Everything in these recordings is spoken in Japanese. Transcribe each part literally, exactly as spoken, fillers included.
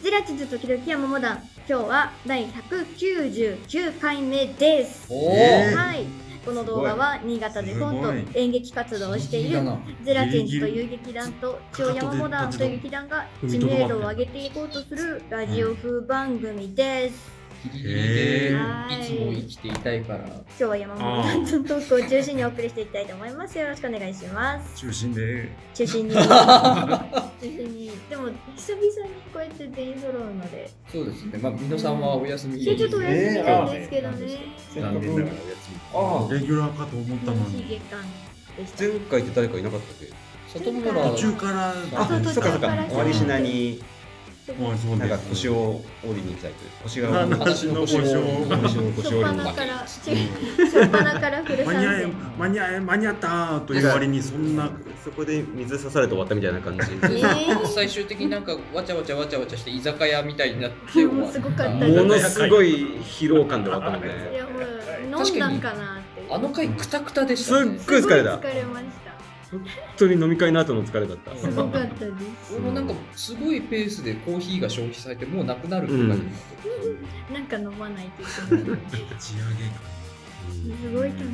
ゼラチズ時々山モダン、今日はだいひゃくきゅうじゅうきゅうかいめです。 おー、 はい、この動画は新潟でコント演劇活動をしているゼラチンズという劇団と超山モダンという劇団が知名度を上げていこうとするラジオ風番組です。 ギリギリでいつも生きていたいから、 今日は山本さんとトークを中心にお送りしていきたいと思います。よろしくお願いします。 中心で中心に中心にでも久々にこうやって全員揃うので、 そうですね。まあ皆さんはお休み、 ちょっとお休みなんですけどね。 残念ながらお休み。ああ、レギュラーかと思ったのに。 前回って誰かいなかったっけ？ 里村途中から、 あ、そっかそっか。終わりしなになんか腰を折りに行きたいという。腰が私の腰を腰を腰を折りに行きたい。 初っ端からフル間に合え間に合え間に合ったという割にそんなそこで水刺されて終わったみたいな感じ。 最終的になんかわちゃわちゃわちゃわちゃして居酒屋みたいになって終わった。 すごかった。 ものすごい疲労感で終わったので。 いやもう飲んだんかなって。 あの回クタクタでしたね。 すっごい疲れた。 疲れました。 本当に飲み会の後の疲れだった。 すごかったです。 俺もなんかすごいペースでコーヒーが消費されてもうなくなるって感じになって、 うん、なんか飲まないといけない。 地上げ感。 すごい楽しかった。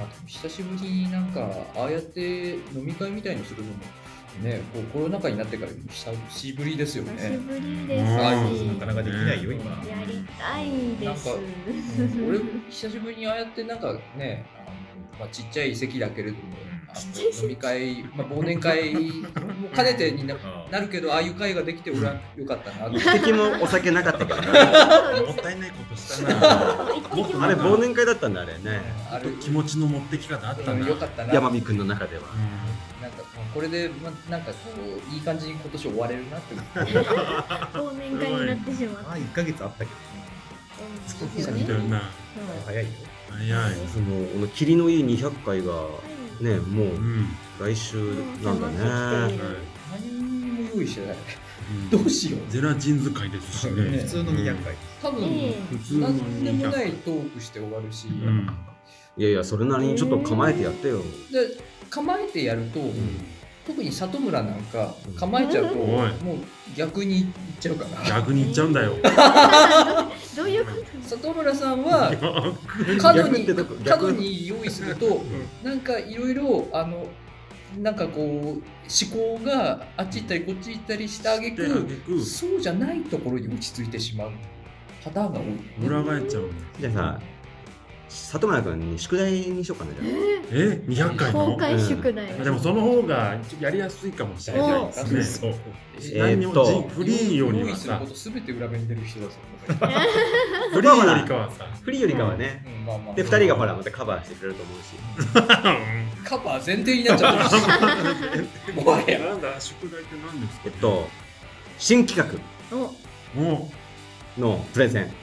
まあ久しぶりになんかああやって飲み会みたいにするのもね、こうコロナ禍になってから久しぶりですよね。 久しぶりですし、 なかなかできないよ今。 やりたいです。 なんか、うん、俺久しぶりにああやってなんかね、あのまあちっちゃい席だけれども。飲み会、まあ、忘年会も兼ねてに な, なるけど、ああいう会ができて俺はよかったな。 一滴もお酒なかったけどね。 もったいないことしたな。 あれ忘年会だったんだあれね。 あれ気持ちの持ってき方あったな。 よかったな。 山美くんの中では。 なんかこれでまあなんかこういい感じに今年終われるなって思って。 忘年会になってしまった。 あ、いっかげつあったけど。 そうですね。 早いよ。 早い。 そのこの霧のいいにひゃっかいが。ね、もう来週なんだね。 何も用意してない。どうしよう。 ゼラチン使いですしね。 普通のにひゃっかい。 多分何でもないトークして終わるし。 いやいや、それなりにちょっと構えてやってよ。 で構えてやると、特に里村なんか構えちゃうともう逆にいっちゃうかな。 逆にいっちゃうんだよ。 どういうこと？ 里村さんは角に角に用意するとなんかいろいろあのなんかこう思考があっち行ったりこっち行ったりしてあげくそうじゃないところに落ち着いてしまうパターンが多い。 裏返っちゃう。 じゃあさ、里村君に宿題にしようかな。 え、にひゃっかいの公開宿題。 でもその方がやりやすいかもしれないですね。 えっとフリーよりはさ、 すべて裏目に出る人だぞ。 フリーよりかはさ、 フリーよりかはね。でふたりがほらまたカバーしてくれると思うし。 カバー前提になっちゃった。もはや。 なんだ宿題って何ですか。 えっと新企画のプレゼン。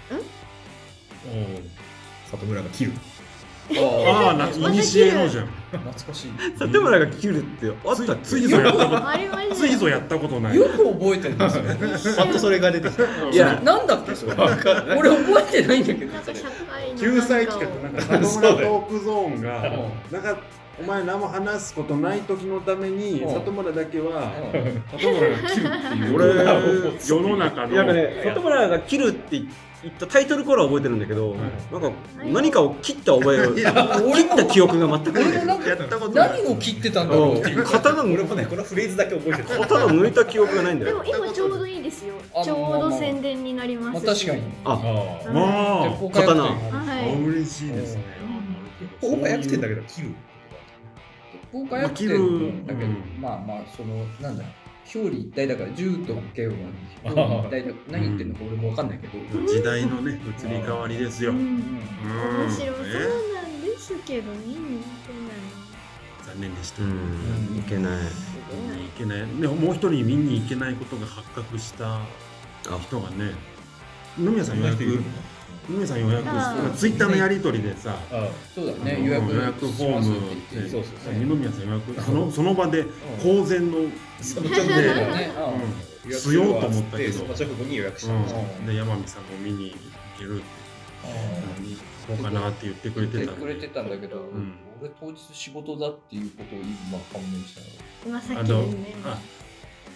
里村が切る。 ああ、イニシエのじゃん。 懐かしい。 里村が切るってあったっけ？ ついぞやったこと。ついぞやったことない。 よく覚えてるんですよね。 パッとそれが出てきた。 いや、なんだっけそれ。俺覚えてないんだけど。 救済企画なんか里村トークゾーンがなんか。お前何も話すことない時のために里村だけは里村が切るっていう俺世の中のなんかね里村が切るって言ったタイトルから覚えてるんだけどなんか何かを切った覚えを切った記憶が全くないんだけど何を切ってたんだろうっていう刀の俺もねこのフレーズだけ覚えてる。 刀抜いた記憶がないんだよ。 でも今ちょうどいいですよ。ちょうど宣伝になります。 確かに。 あ、 まあ刀。 はい。 嬉しいですね。 ほぼやってんだけど切る。 効果やってるんだけど、まあまあそのなんだ表裏一体だから銃と剣は表裏一体だ何言ってんのか俺もわかんないけど時代のね移り変わりですよ。面白そうなんですけどね。 残念でした。 いけない。 いけない。でもう一人見に行けないことが発覚した人がね、野宮さん予約。野宮さん予約してツイッターのやり取りでさ、 そうだね予約予約フォームでそうそう二宮さん予約そのその場で公然のその直後ねしようと思ったけどその直後に予約したんですよ。 で山美さんも見に行けるって行こうかなって言ってくれてた。 くれてたんだけど、俺当日仕事だっていうことを今判明したの。 今さっきですね。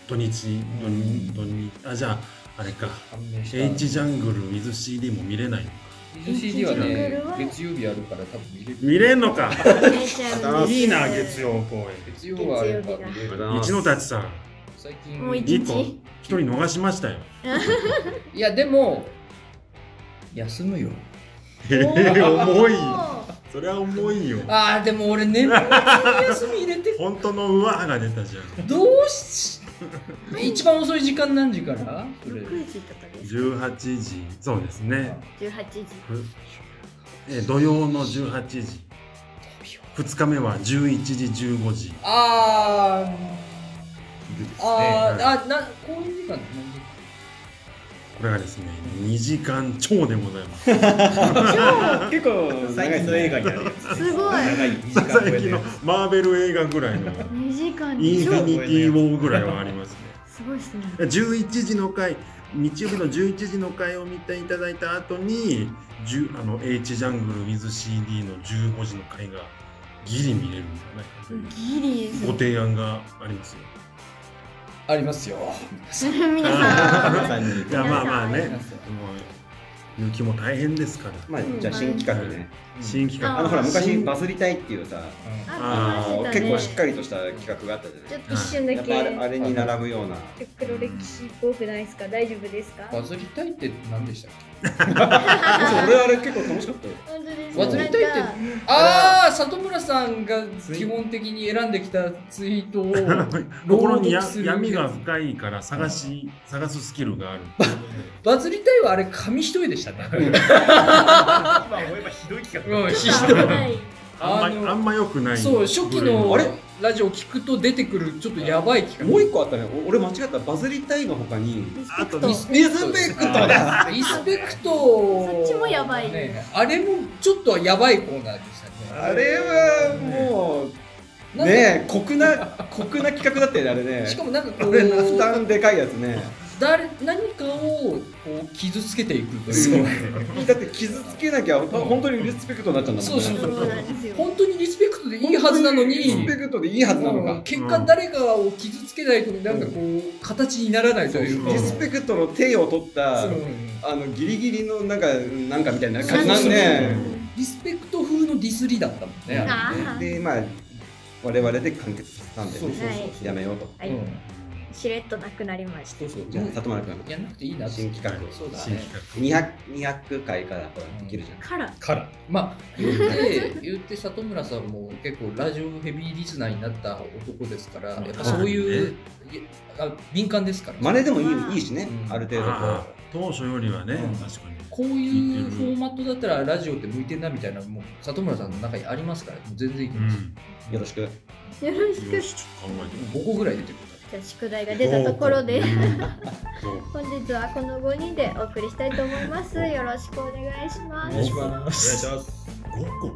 土日、土日、土日、あ、じゃあ、あれか、H ジャングル with シーディー も見れないのか。 with シーディー はね、月曜日あるから多分見れる。 見れんのかいいいな、月曜公演。 月曜はあれば見れる。 一ノ立さん、 最近もう一一個、一人逃しましたよ。 いや、でも、休むよ。 えー、重い。それは重いよ。 ああ、でも俺年末に休み入れて本当のうわが出たじゃん。 どうし一番遅い時間何時からそれろくじとかですじゅうはちじ、そうですね。 じゅうはちじえ土曜のじゅうはちじ。ふつかめはじゅういちじ、じゅうごじ。 あーあはいー、あ、な、こういう時間何時これがですね、にじかん超でございます。 結構最近の映画になるやつ。 すごい長いにじかん超えて最近のマーベル映画ぐらいのにじかんインフィニティ・ウ超ォーぐらいはありますね。 すごいですねじゅういちじの回、日曜日のじゅういちじの回を見ていただいた後に、じゅうあの H ジャングル with シーディー のじゅうごじの回がギリ見れるんじゃないかというギリですご提案がありますよ。 ありますよ。 皆さんいやまあまあね、 皆さんもう勇気も大変ですから。 まあじゃあ新企画ね。 新企画。 あのほら昔新バズりたいっていうさ、 ああ見ましたね結構しっかりとした企画があったじゃない。 ちょっと一瞬だやっぱあれあけれに並ぶような。 黒歴史っぽくないですか大丈夫ですかバズりたいって何でしたっ俺あれ結構楽しかったよ。 本当ですけバズりたいってなんかああ、里村さんが基本的に選んできたツイートをところにや朗読する闇が深いから探し探すスキルがある。 バズりたいはあれ紙一重でしたね。 まあ思えばひどい企画。 うん、ひどい。 はいあんあのまあんま良くない。 そう、初期のあれラジオを聞くと出てくるちょっとやばい企画。 もう一個あったね。お俺間違った。バズりたいの他にあとリスペリクトスペクトだ。リスペクト。そっちもやばいね。あれもちょっとやばいコーナーでしたね。 あれはもうなんかねえ酷な酷な企画だったよねあれね。 しかもなんかこう負担でかいやつね。 誰何かをこう傷つけていくというか。 だって傷つけなきゃ本当にリスペクトになっちゃうんだもんね。 そうそうそうなんですよ本当にリスペクトでいいはずなのに、 リスペクトでいいはずなのか。 結果誰かを傷つけないとなんかこう形にならないというか。 リスペクトの手を取ったそうあのギリギリのなんかなんかみたいなそう感じなんで、 リスペクト風のディスりだったもんね。あれねあーでまあ我々で完結したんで、ね、 そうそうそうやめようと。 はいしれっとなくなりましたそうそう。 じゃあ里村君やんなくていいなって新企画そうだね。 新企画。 にひゃく、にひゃくかいからほらできるじゃん。 からから。まあ言って言って里村さんも結構ラジオヘビーリスナーになった男ですから、やっぱそういう、いやあ敏感ですから。 真似でもいいいいしね、 うんある程度こあ当初よりはね、 うん確かに。 こういうフォーマットだったらラジオって向いてんなみたいなもう里村さんの中にありますから、もう全然いきます。 うよろしく。 よろしくよし、ちょっと考えてみごこぐらい出てくるかじゃあ宿題が出たところでそう本日はこのごにんでお送りしたいと思いますよろしくお願いしまら。お願いしすます。 お願いします。 ごこ。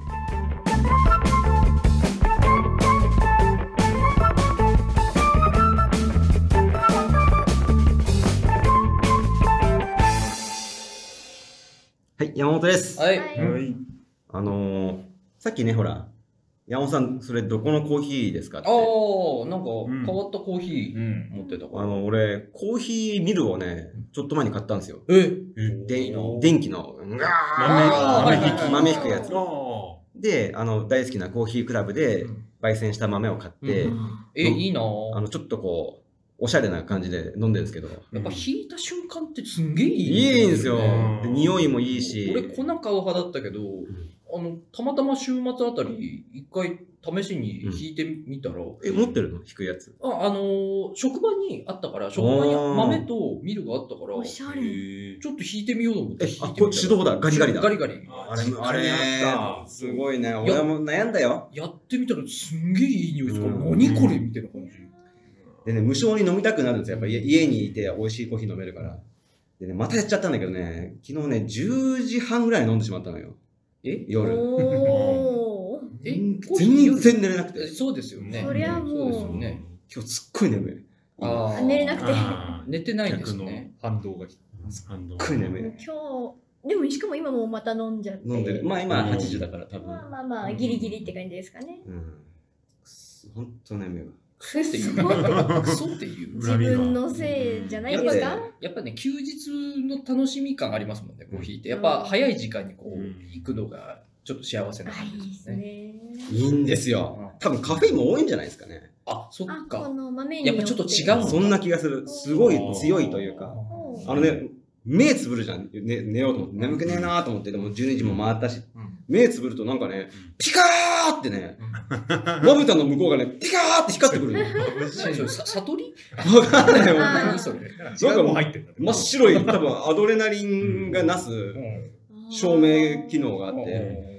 はい、山本です。 はい。 はいはい。 あのー、さっきね、ほら、山本さん、それどこのコーヒーですかって。 ああ、なんか変わったコーヒー持ってたから。 あの、俺、コーヒーミルをね、ちょっと前に買ったんですよ。 えでいいな電気の、うわあーはいはいはいー豆引くやつ。 あで、あの、大好きなコーヒークラブで焙煎した豆を買って、 うんえ、いいなあの、ちょっとこう、おしゃれな感じで飲んでるんですけど、 やっぱ引いた瞬間ってすんげえいい。 いいんですよ。 うんで匂いもいいし。 俺粉買う派だったけど、あのたまたま週末あたり一回試しに引いてみたら、 え、持ってるの引くやつ。 ああのー職場にあったから、職場に豆とミルがあったから、 おしゃれちょっと引いてみようと思ってえ引いてみたら。 あこれ手動だガリガリだガリガリ。 あれ、あれあったすごいね。俺も悩んだよ。 やってみたらすんげえいい匂いですから、 うん何これみたいな感じ。 でね、無償に飲みたくなるんですよ。やっぱ家家にいて美味しいコーヒー飲めるから。でね、またやっちゃったんだけどね、昨日ね、じゅうじはんぐらいに飲んでしまったのよ。 え夜。 おーえ全コーヒー夜然寝れなくて。 そうですよね。 そりゃもうそうですよね。 今日すっごい眠い。 あー寝れなくてあ寝てないんですね。 反動が。すー反動っごい眠い。 今日でもしかも今もまた飲んじゃって飲んでる。まあ今うんはちじだから多分。 まあまあまあギリギリって感じですかねうん。ほんと眠いわ。 クソっていうクソっていう自分のせいじゃないですか。 やっぱね、休日の楽しみ感ありますもんね、コーヒーって。やっぱ早い時間にこう行くのがちょっと幸せな感じですね。 いいんですよ。多分カフェインも多いんじゃないですかね。 あ、そっか。 やっぱちょっと違う。 そんな気がする。すごい強いというか。あのね、目つぶるじゃん。ね、寝ようと思って。眠くねえなーと思って、でもじゅうにじも回ったし。目つぶるとなんかね、ピカーってね、まぶたの向こうがね、ピカーって光ってくるの。 悟りわかんないよ。 何それ。 なんかもう真っ白い、多分アドレナリンがなす照明機能があって、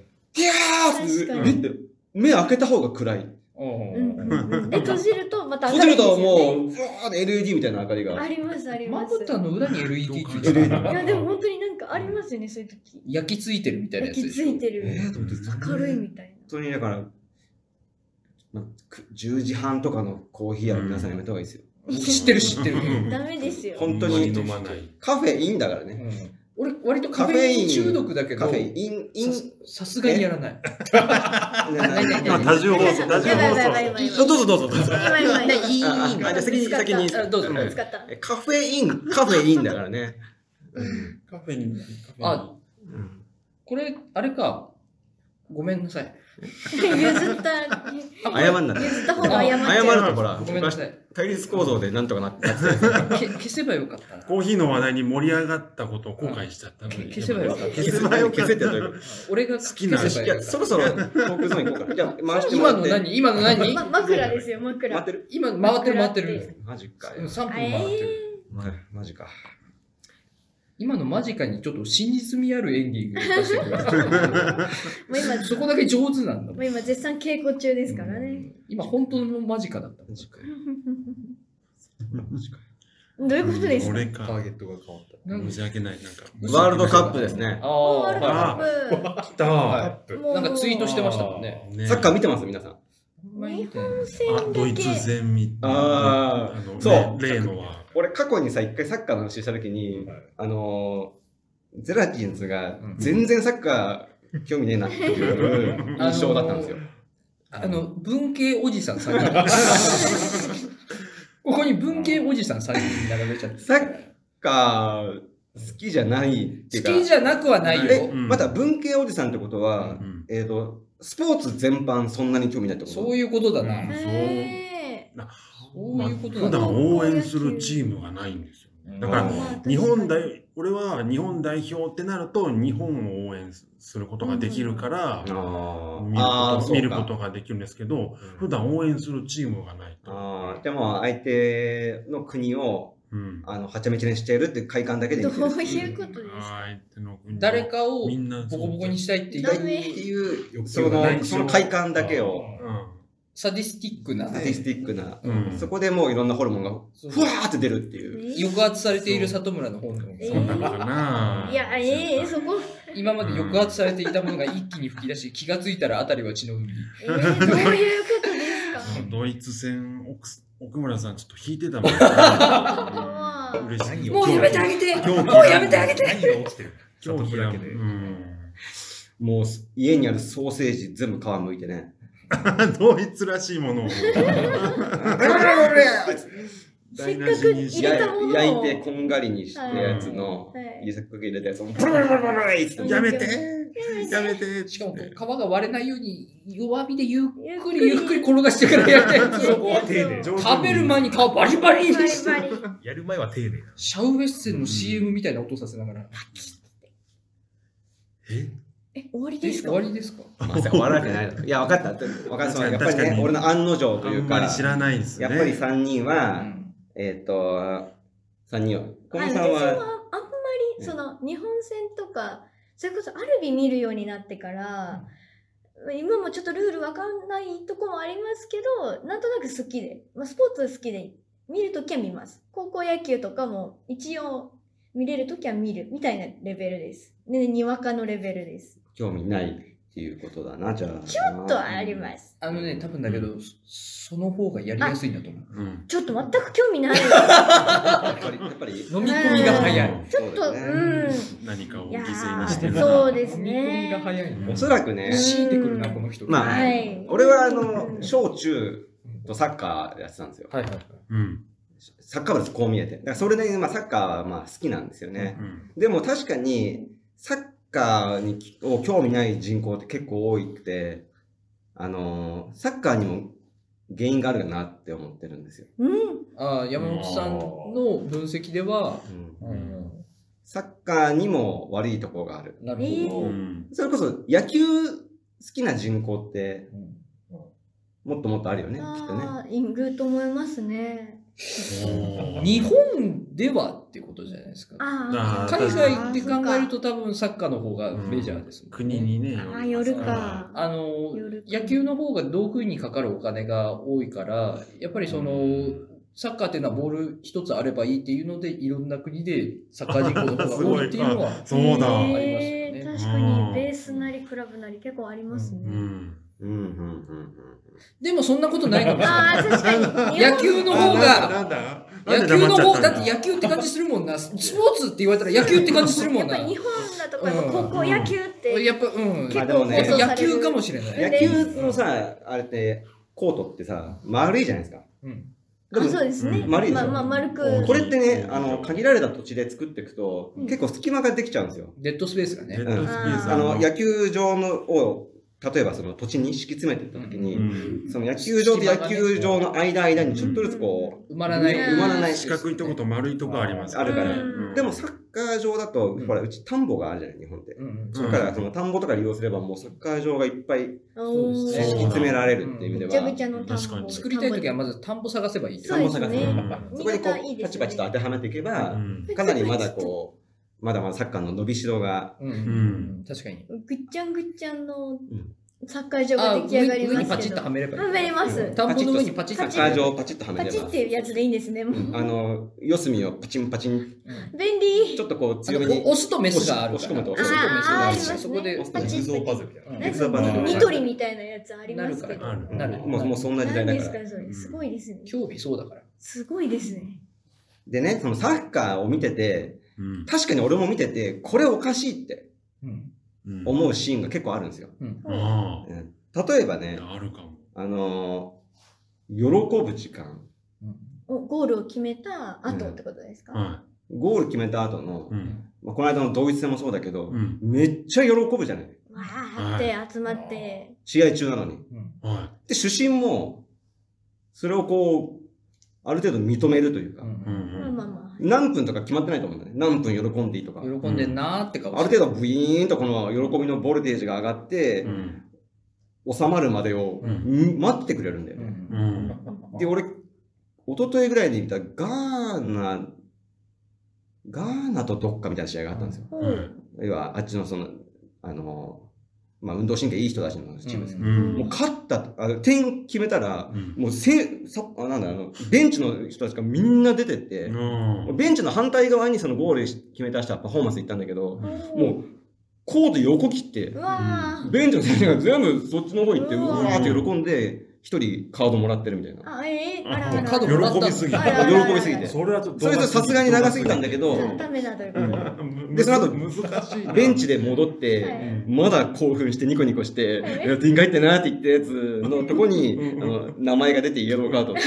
ピカーって、目開けた方が暗い。 で、閉じるとまた明るいですよね。閉じるともう、ふわーって エルイーディー みたいな明かりが。 ありますあります。 まぶたの裏に エルイーディー ついてる。 いやでも本当になんかありますよね、そういう時。 焼き付いてるみたいなやつでしょ。 焼き付いてる。明るいみたいな。 本当にだから、ま、じゅうじはんとかのコーヒーは皆さんやめた方がいいですよ。 知ってる知ってる。 ダメですよ。 本当に飲まない。 カフェいいんだからね。 俺、割とカフェイン中毒だけど、 カフェイン、イン、 さすがにやらない。 今、多重放送、多重放送。どうぞどうぞどうぞ。 今今今。 いい、いい。先に、先に。 どうぞ。 カフェイン、カフェインだからね。 カフェイン。 あ、これ、あれか。ごめんなさい。 譲った。 謝んな。 譲った方が謝っちゃう。 謝るとほら、 ごめんなさい。 対立構造でなんとかなって消せばよかったな。 コーヒーの話題に盛り上がったことを後悔しちゃったのに。 消せばよかった。 消せばよ消せってどういうこと？ 俺が好きな。 いや、そろそろトークゾーン行こうか。じゃあ、回しても今らって。 の何今の何枕ですよ、枕。 回ってる今、回ってる回ってる。 マジか。 さんぷん回ってる。 マジか。 今の間近にちょっと真実味ある演技を出してくれる。 もう今、 そこだけ上手なんだもん。 もう今絶賛稽古中ですからね。 今本当の間近だった。 マジか。 どういうことですか？ 俺か。 ターゲットが変わった。 申し訳ない。なんか。 ワールドカップですね。 あワールドカッ来た。 プ。 なんかツイートしてましたもんね。 サッカー見てます皆さん。 日本戦だけ。 ドイツ戦見ああ、そう。 例のは。 俺過去にさ、一回サッカーの話したときに、あの、ゼラチンズが全然サッカー興味ねえなっていう印象だったんですよ。 あの、文系おじさんさんにん。ここに文系おじさんさんにん並べちゃって。 サッカー好きじゃないっていうか。 好きじゃなくはないよ。 また文系おじさんってことは、えっと、スポーツ全般そんなに興味ないってこと？ そういうことだな。 そういうことだ。普段応援するチームがないんですよ。だから、日本代、俺は日本代表ってなると、日本を応援することができるから、見ることができるんですけど、普段応援するチームがないと。 でも、相手の国を、あの、はちゃめちゃにしているっていう快感だけで見てる。 どういうことですか？ 誰かをボコボコにしたいっていう、 その、その快感だけを、 サディスティックな。 サディスティックな。そこでもういろんなホルモンがふわーって出るっていう。 抑圧されている里村のホルモン。 そうなのかな。 いや、ええ、そこ。 今まで抑圧されていたものが一気に吹き出し、気がついたらあたりは血の海。 えー、どういうことですか？ ドイツ戦、奥村さんちょっと引いてたもん。嬉しい。 もうやめてあげて。もうやめてあげて。 何が起きてる？ 今日だけで。 もう家にあるソーセージ全部皮むいてね。 ドイツらしいものを。 せっかく入れたものを焼いてこんがりにしたやつの、せっかく入れたやつを、ブルブルブルブルやめてやめてしかも皮が割れないように弱火でゆっくりゆっくり転がしてからやったやつ。 そこは丁寧。 食べる前に皮バリバリにして。 やる前は丁寧。 シャウエッセンの シーエム みたいな音させながら。 ええ、終わりですか？ 終わりですか？ 終わらなきゃないの。いや、分かった。分かった。やっぱりね、俺の案の定というか、 あんまり知らないですね。 やっぱりさんにんは、えっと、さんにんは、 小野さんは、あんまり、その、日本戦とか、それこそアルビ見るようになってから、今もちょっとルールわかんないとこもありますけど、なんとなく好きで、まあ、スポーツ好きで、見るときは見ます。高校野球とかも一応見れるときは見るみたいなレベルです。ね、にわかのレベルです。 興味ないっていうことだな、じゃあ。 ちょっとあります。 あのね、多分だけど、うん、その方がやりやすいんだと思う。 うん、ちょっと全く興味ない。 やっぱり、やっぱり飲み込みが早い。 ちょっと、ね、うん。 何かを犠牲にしてる。 そうですね。 飲み込みが早い。 おそらくね、 強いてくるな、この人。 まあ、はい、俺はあの、小中、 とサッカーやってたんですよ。 はいはいはい。 うん。 サッカー部です、こう見えて。だからそれで、まあ、サッカーはまあ好きなんですよね。うん、でも確かに、サッカーにを興味ない人口って結構多くて、あのー、サッカーにも原因があるなって思ってるんですよ。 うん。 ああ、山本さんの分析では、 うんうん、サッカーにも悪いところがある。 なるほど。 それこそ野球好きな人口って、もっともっとあるよね、きっとね。 いると思いますね。 日本ではっていうことじゃないですか。海外で考えると多分サッカーの方がメジャーですもんね。 国にね。 ああ、よるか。 あの、野球の方が道具にかかるお金が多いから、やっぱりその、サッカーっていうのはボール一つあればいいっていうので、いろんな国でサッカー人口の方が多いっていうのは、 そうだ。ありますよね。 確かに、ベースなりクラブなり結構ありますね。 うんうんうんうん。 でもそんなことないかもしれない。 ああ、確かに。 野球の方が、 なんだ野球の方、だって野球って感じするもんな。スポーツって言われたら野球って感じするもんな。 やっぱ日本だとか高校野球って。 やっぱ、うん。 結構ね、 野球かもしれない。 野球のさ、あれって、コートってさ、丸いじゃないですか。 うん。 あ、そうですね。 丸いでしょ。 まあ、丸く。 これってね、あの、限られた土地で作っていくと、結構隙間ができちゃうんですよ。 デッドスペースがね。 デッドスペース。 あの、野球場のを、例えばその土地に敷き詰めていったときに、うん、その野球場と野球場の間間にちょっとずつこう、 埋まらない。 埋まらない。 四角いとこと丸いとこあります。 あるから。でもサッカー場だと、ほら、うち田んぼがあるじゃない、日本って。だから、その田んぼとか利用すれば、もうサッカー場がいっぱい敷き詰められるっていう意味では。 めちゃめちゃの田んぼ。 作りたいときはまず田んぼ探せばいい。 田んぼ探せばいい。そこにこう、パチパチと当てはめていけば、かなりまだこう、まだまだサッカーの伸びしろが。 うん。確かに。 ぐっちゃんぐっちゃんの、サッカー場が出来上がりますけど。 上にパチッとはめればいい。 はめれます。 田んぼの上にパチッと。 サッカー場をパチッとはめれば。 パチッっていうやつでいいんですね。 あの、四隅をパチンパチン。 便利。 ちょっとこう強めに。 押すとメスがある。 押し込むと。 押すとメスがある。そこで、 パチッとパズルみたいな。 ジグパズル。 ニトリみたいなやつありますけど。 なる。 もう、もうそんな時代だから。 すごいですね。 興味そうだから。 すごいですね。 でね、そのサッカーを見てて、確かに俺も見てて、これおかしいって思うシーンが結構あるんですよ。例えばね、 あるかも。 あのー、喜ぶ時間。 おゴールを決めた後ってことですか、うん、 ゴール決めた後の、うん、まあ、この間のドイツ戦もそうだけど、うん、めっちゃ喜ぶじゃない。 わーって集まって。 試合中なのに。はい、で、主審も、それをこう、ある程度認めるというか、何分とか決まってないと思うんだね。何分喜んでいいとか。 喜んでんなーって顔して。 ある程度ブイーンとこの喜びのボルテージが上がって、うん収まるまでを、うん、待ってくれるんだよね。うん、で、俺、一昨日ぐらいで見たガーナ、ガーナとどっかみたいな試合があったんですよ。うん、要は、あっちのその、あの、まあ、運動神経いい人たちのチームですよ。うん、もう勝った、あの点決めたら、うん、もうせ、さ、なんだ、あの、ベンチの人たちがみんな出てって、うん、ベンチの反対側にそのゴール決めた人はパフォーマンス行ったんだけど、もう、コート横切って、ベンチの選手が全部そっちの方行って、うわーって喜んで、一人カードもらってるみたいな。 あ、えー、あららカードもらった喜びすぎて。 喜びすぎて。 それはちょっと。 それとさすがに長すぎたんだけど、 ダメだという。 で、その後、ベンチで戻って、まだ興奮してニコニコして、いや、点入ってなって言ったやつのとこに、あの、名前が出てイエローカード。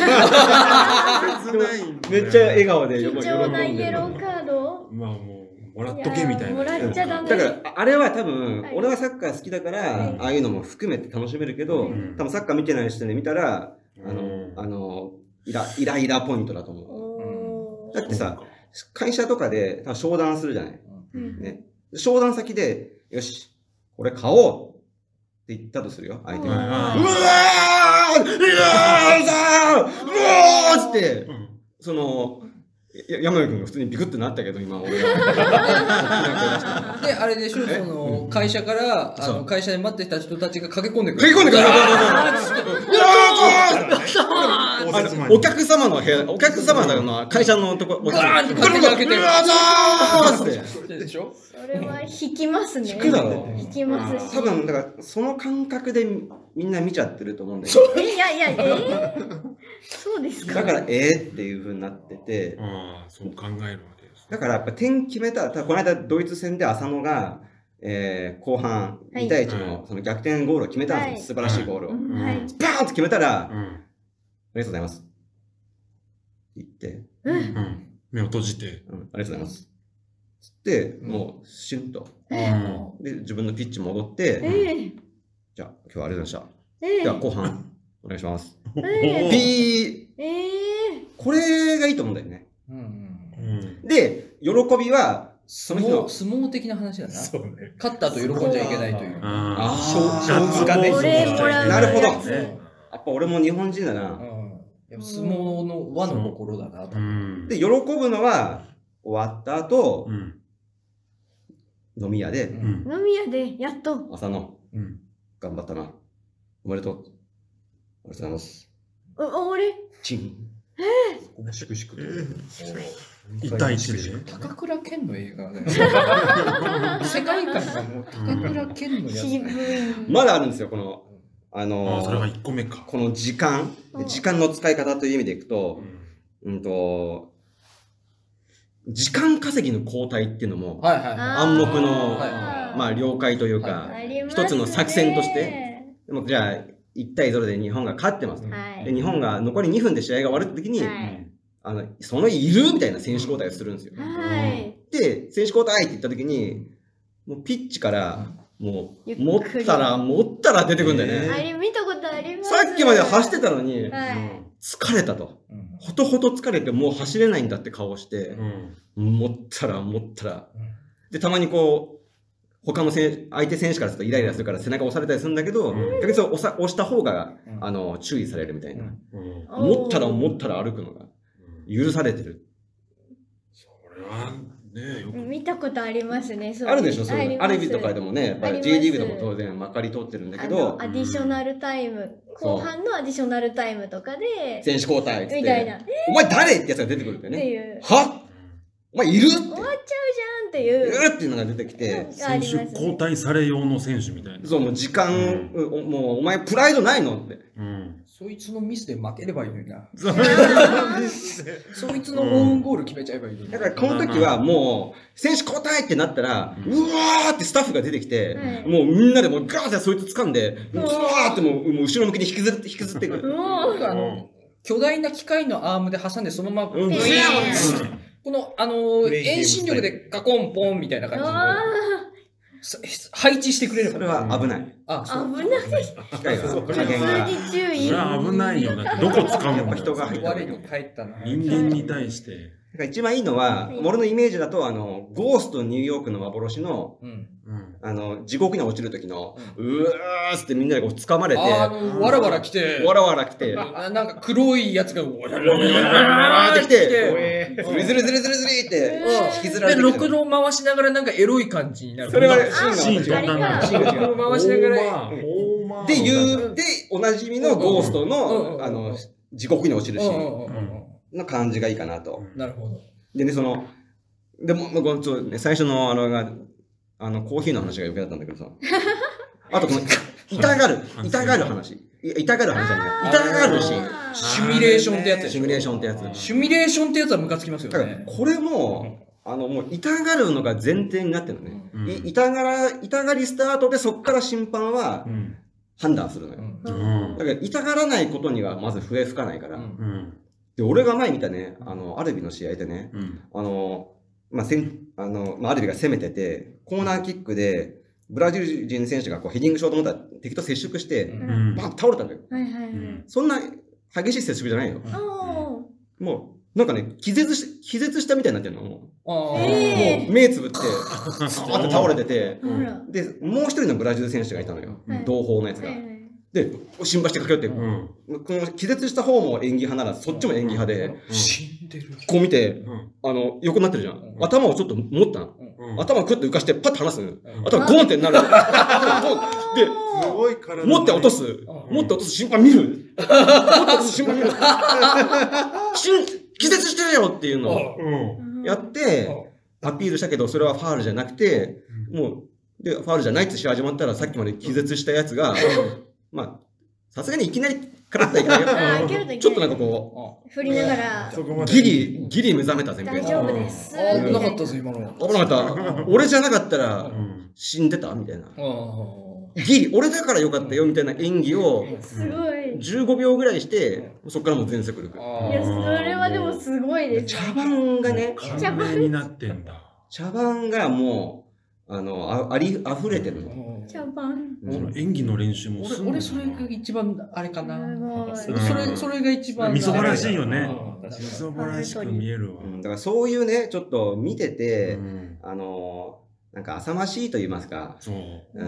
めっちゃ笑顔で喜んでる。 貴重なイエローカードまあもう。もらっとけみたいな。 もらっちゃダメ。 だから、あれは多分、はい、俺はサッカー好きだから、はい、ああいうのも含めて楽しめるけど、うん、多分サッカー見てない人で見たら、あの、うん、あの、イラ、イライラポイントだと思う。だってさ、会社とかで商談するじゃない、うん、ね。商談先で、よし、これ買おうって言ったとするよ、相手が。うわーうわーさーうわーって、その、山上君が普通にビクッとなったけど、今俺は。で、あれでしょ、その、会社から、あの、会社で待ってた人たちが駆け込んでくる。 駆け込んでくるお客様の部屋、お客様の会社のとこ、 ガーンって勝手に開けてる。 って。でしょそれは引きますね。 引くだろう。 引きますし。 多分、だから、その感覚でみんな見ちゃってると思うんだけど。 いやいや、えー、そうですか。 だから、えーっていう風になってて。 ああ、そう考えるわけです。 だから、やっぱ点決めた、この間ドイツ戦で浅野が、えー、後半に対いちのその逆転ゴールを決めたんですよ。素晴らしいゴールを。バーンと決めたら、 りがとうございます。言って、 うん。 うん。目を閉じて。 うん、ありがとうございます。つって、もう、シュンと。で、自分のピッチ戻って、じゃあ、今日はありがとうございました。では、後半、お願いします。ピーこれがいいと思うんだよね。で、喜びは、その日の相撲的な話だな。そうね。勝った後喜んじゃいけないという。ああ、 将棋がね。 なるほど。やっぱ俺も日本人だな。 相撲の和の心だなと。 で、喜ぶのは、終わった後、飲み屋で、 飲み屋で、やっと。 朝の、頑張ったな。おめでとう。ありがとうございます。 あ、俺チン。 えぇしくしくと。 一対一で。 高倉健の映画だよ。世界観がもう高倉健のやつ。 まだあるんですよ、この、あの、 それがいっこめか。 この時間、時間の使い方という意味でいくと、うんと、時間稼ぎの交代っていうのも、暗黙の、まあ、了解というか、一つの作戦として、でもじゃあ、いち対ゼロで日本が勝ってます。で日本が残りにふんで試合が終わるって時に、あの、そのいるみたいな選手交代をするんですよ。で、選手交代って言った時に、もうピッチから、もう、持ったら、持ったら出てくるんだよね。 あれ見たことあります。 さっきまで走ってたのに、疲れたと。ほとほと疲れてもう走れないんだって顔して、持ったら、持ったら。で、たまにこう、他の選手、相手選手からするとイライラするから背中押されたりするんだけど、逆にそう押さ押した方が、あの、注意されるみたいな。持ったら持ったら歩くのが許されてる。 それはね、よく見たことありますね。 あるでしょ、そういうの。アルビとかでもね、やっぱり J リーグでも当然まかり通ってるんだけど、 アディショナルタイム、後半のアディショナルタイムとかで、 選手交代って。 みたいな。 お前誰ってやつが出てくるんだよね。はお前いるって。終わっちゃうじゃんっていう。 うっていうのが出てきて。 選手交代され用の選手みたいな。 そう、もう時間、もうお前プライドないのって。 そいつのミスで負ければいいのにな。そいつのオウンゴール決めちゃえばいいのに。 だからこの時はもう、選手交代ってなったら、うわーってスタッフが出てきて、もうみんなでもうガーってそいつ掴んで、うわーってもう後ろ向きに引きずって、引きずっていく。 あの、巨大な機械のアームで挟んでそのまま、この、あの、遠心力でガコンポンみたいな感じで、配置してくれる。 それは危ない。 あ、 危ない。 機械が、加減が。 普通に注意。 それは危ないよ。だってどこ使うのやっぱ人が入った。 我に返ったな。 人間に対して。 一番いいのは、俺のイメージだと、あの、ゴーストニューヨークの幻の、あの、地獄に落ちる時の、うわーってみんなでこう掴まれて、 あの、わらわら来て、 わらわら来て、 なんか黒いやつが、わらわらって来て、ずるずるずるずるずるって引きずられて。 で、ろくろ回しながらなんかエロい感じになる。 それはシーンが違う。 シーンが違う。回しながら。 で、言う、で、おなじみのゴーストの、あの、地獄に落ちるシーンの感じがいいかなと。 なるほど。 でね、その、でも、まあ、ちょね、最初のあのが、あの、コーヒーの話が余計だったんだけどさ。あと、この、痛がる、痛がる話。痛がる話じゃない。痛がるシーン。 シミュレーションってやつ。 シミュレーションってやつ。 シミュレーションってやつはムカつきますよね。 これも、あの、もう、痛がるのが前提になってるのね。痛がら、痛がりスタートで、そっから審判は、判断するのよ。だから、痛がらないことには、まず笛吹かないから。で、俺が前見たね、あの、アルビの試合でね、うん、あの、まあ、せん、あの、まあ、アルビが攻めてて、コーナーキックで、ブラジル人選手がこうヘディングしようと思ったら敵と接触して、うん、バン倒れたんだよ。はいはいはい。そんな激しい接触じゃないよ。うん、もう、なんかね、気絶し、気絶したみたいになってるの。もう、もう目つぶって、あって倒れてて、で、もう一人のブラジル選手がいたのよ。同胞のやつが。で、心配して駆け寄って、うん、この気絶した方も演技派なら、そっちも演技派で、 死んでる。 こう見て、うん、あの、横になってるじゃん。うん、頭をちょっと持ったの。うん、頭をクッと浮かして、パッと離すの。うん、頭ゴーンってなる。で、 すごい体持って落とす。持って落とす審判見る。持って落とす審判見る。気絶してるよっていうのをやって、アピールしたけど、それはファールじゃなくて、もう、で、ファールじゃないって試合始まったら、さっきまで気絶したやつが、まあ、さすがにいきなりからったらいけないけど、ちょっとなんかこう、振りながら、 ギリ、ギリ目覚めたぜ、 大丈夫です。 危なかったぞ、今の。 危なかった。俺じゃなかったら、死んでたみたいな。 ギリ俺だからよかったよみたいな演技をすごい。 じゅうごびょうぐらいしてそこからもう全速力。 いや、それはでもすごいです。 茶番がね、 茶番になってんだ。 茶番がもうあのああり溢れてるの。 茶番。 その演技の練習もする。俺それが一番あれかな。 それそれが一番。 みそばらしいよね。みそばらしく見えるわ。 だからそういうねちょっと見ててあのなんか浅ましいと言いますか。そう。うん。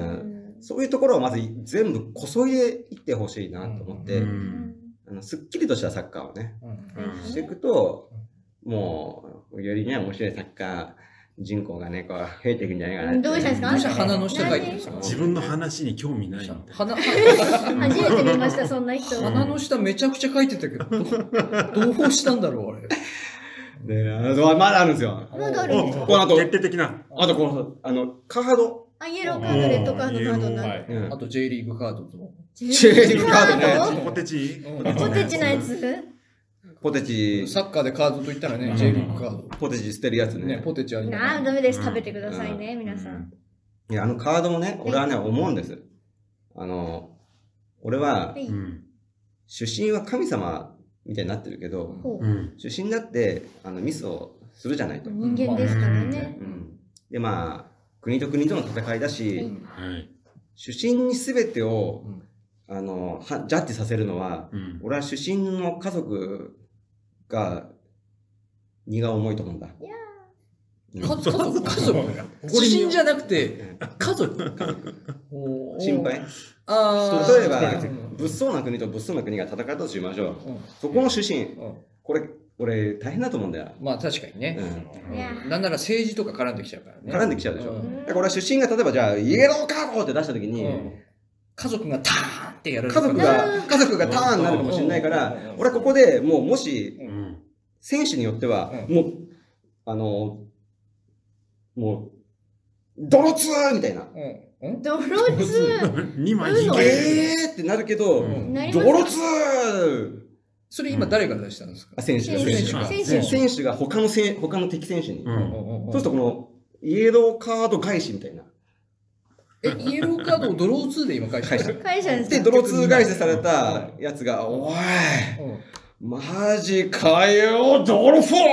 そういうところをまず全部こそいでいってほしいなと思って、あのすっきりとしたサッカーをね、していくと、もうよりね面白いサッカー人口がねこう増えていくんじゃないかな。 どうしたんですか？ どうした鼻の下書いてるんですか？ 自分の話に興味ない。 鼻初めて見ましたそんな人。 鼻の下めちゃくちゃ書いてたけど、どうしたんだろうあれ。 で、あのまだあるんですよ。 まだあるんですか？ この後決定的な。 あとこのあのカード。 あ、イエローカード、レッドカード、カードになる。 あと J リーグカードと。 J リーグカードね。 ポテチポテチのやつポテチ。 サッカーでカードと言ったらね、J リーグカード。 ポテチ捨てるやつね。 ポテチあります。 ああ、ダメです。食べてくださいね、皆さん。 いや、あのカードもね、俺はね、思うんです。あの、俺は、出身は神様みたいになってるけど、出身になって、あの、ミスをするじゃないと。 人間ですからね。 で、まあ、国と国との戦いだし、主審に全てを、あのジャッジさせるのは、俺は主審の家族が荷が重いと思うんだ。 家族家族主審じゃなくて家族心配。例えば物騒な国と物騒な国が戦ったとしましょう。そこの主審、これ俺大変だと思うんだよ。 まあ確かにね。なんなら政治とか絡んできちゃうからね。 絡んできちゃうでしょ。だから俺は出身が例えばじゃあイエローカードって出した時に家族がターンってやる。 家族が家族がターンになるかもしれないから、俺はここでもうもし選手によってはもうあのもう泥ツーみたいな。 泥ツー。 にまい引けえーってなるけど泥ツー。 それ今誰が出したんですか？ 選手が選手が選手が他のせ他の敵選手に。そうするとこのイエローカード返しみたいな。 えイエローカードをドローツーで今返した。 返したんですか？ でドローツー返しされたやつがおいマジかよドルフォー。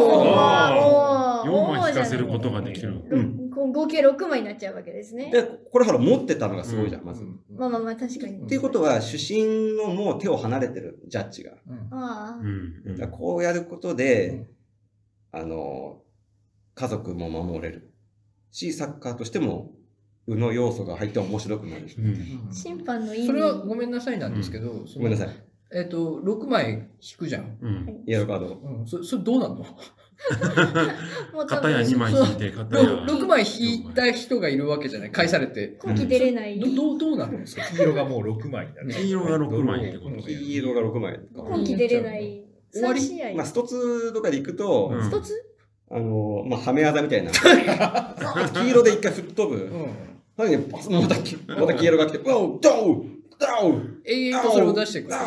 よんまい引かせることができる。 合計ろくまいになっちゃうわけですね。 でこれほら持ってたのがすごいじゃんまず。 まあまあまあ確かに。 っていうことは主審のもう手を離れてるジャッジが。 ああ。こうやることであの家族も守れるしサッカーとしてもうの要素が入って面白くなる。 審判のいい。 それはごめんなさいなんですけど。 ごめんなさい。 えっとろくまい引くじゃん。 イエローカード。 そそれどうなんの？ 片やにまい引いて片やろくまい引いた人がいるわけじゃない。返されて今期出れない。 どどうどうなるんですか？ 黄色がもうろくまいになる。 黄色がろくまいってこと。 黄色がろくまい。 今期出れない。終わり。 まあストツとかで行くとストツあのまあはめ技みたいな黄色で一回吹っ飛ぶ。またまた黄色が来てドウドウ永遠とそれを出してくる。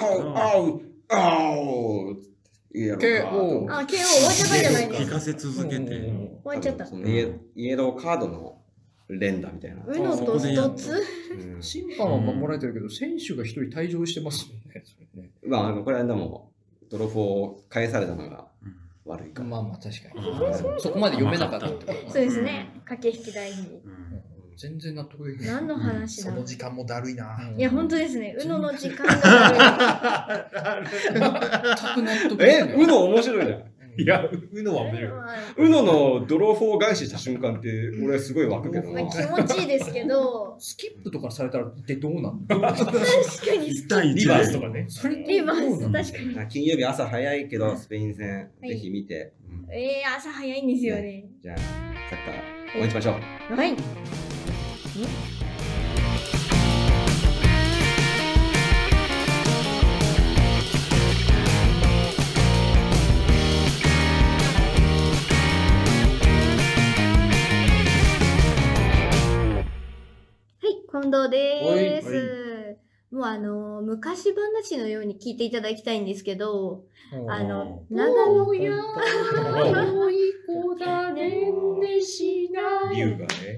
イエローカード。あ、ケーオー 終わっちゃったじゃないですか。 引かせ続けて。 終わっちゃった。 イエローカードの連打みたいな。 うのとストツ審判は守られてるけど、選手が一人退場してますよね。 まあ、これはでも、ドロフを返されたのが悪いか。 まあまあ、確かに。そこまで読めなかったって。 そうですね。駆け引き大事に。 全然納得できない。何の話だ。 その時間もだるいな。 いや本当ですね。うのの時間がだるい。全く納得。 え、うの面白いじゃん。 いや、うのは面白い。 うののドローフォー返しした瞬間って、俺すごい湧くけどな。 気持ちいいですけど。 スキップとかされたらってどうなの？ 確かに。 いちたいいちリバースとかね。 それリバース確かに。 金曜日朝早いけど、スペイン戦、ぜひ見て。 ええ、朝早いんですよね。 じゃあ、サッカー、応援しましょう。 はい。近藤です。もうあの昔話のように聞いていただきたいんですけど、あの長野や良い子だねんねしない。 理由がね。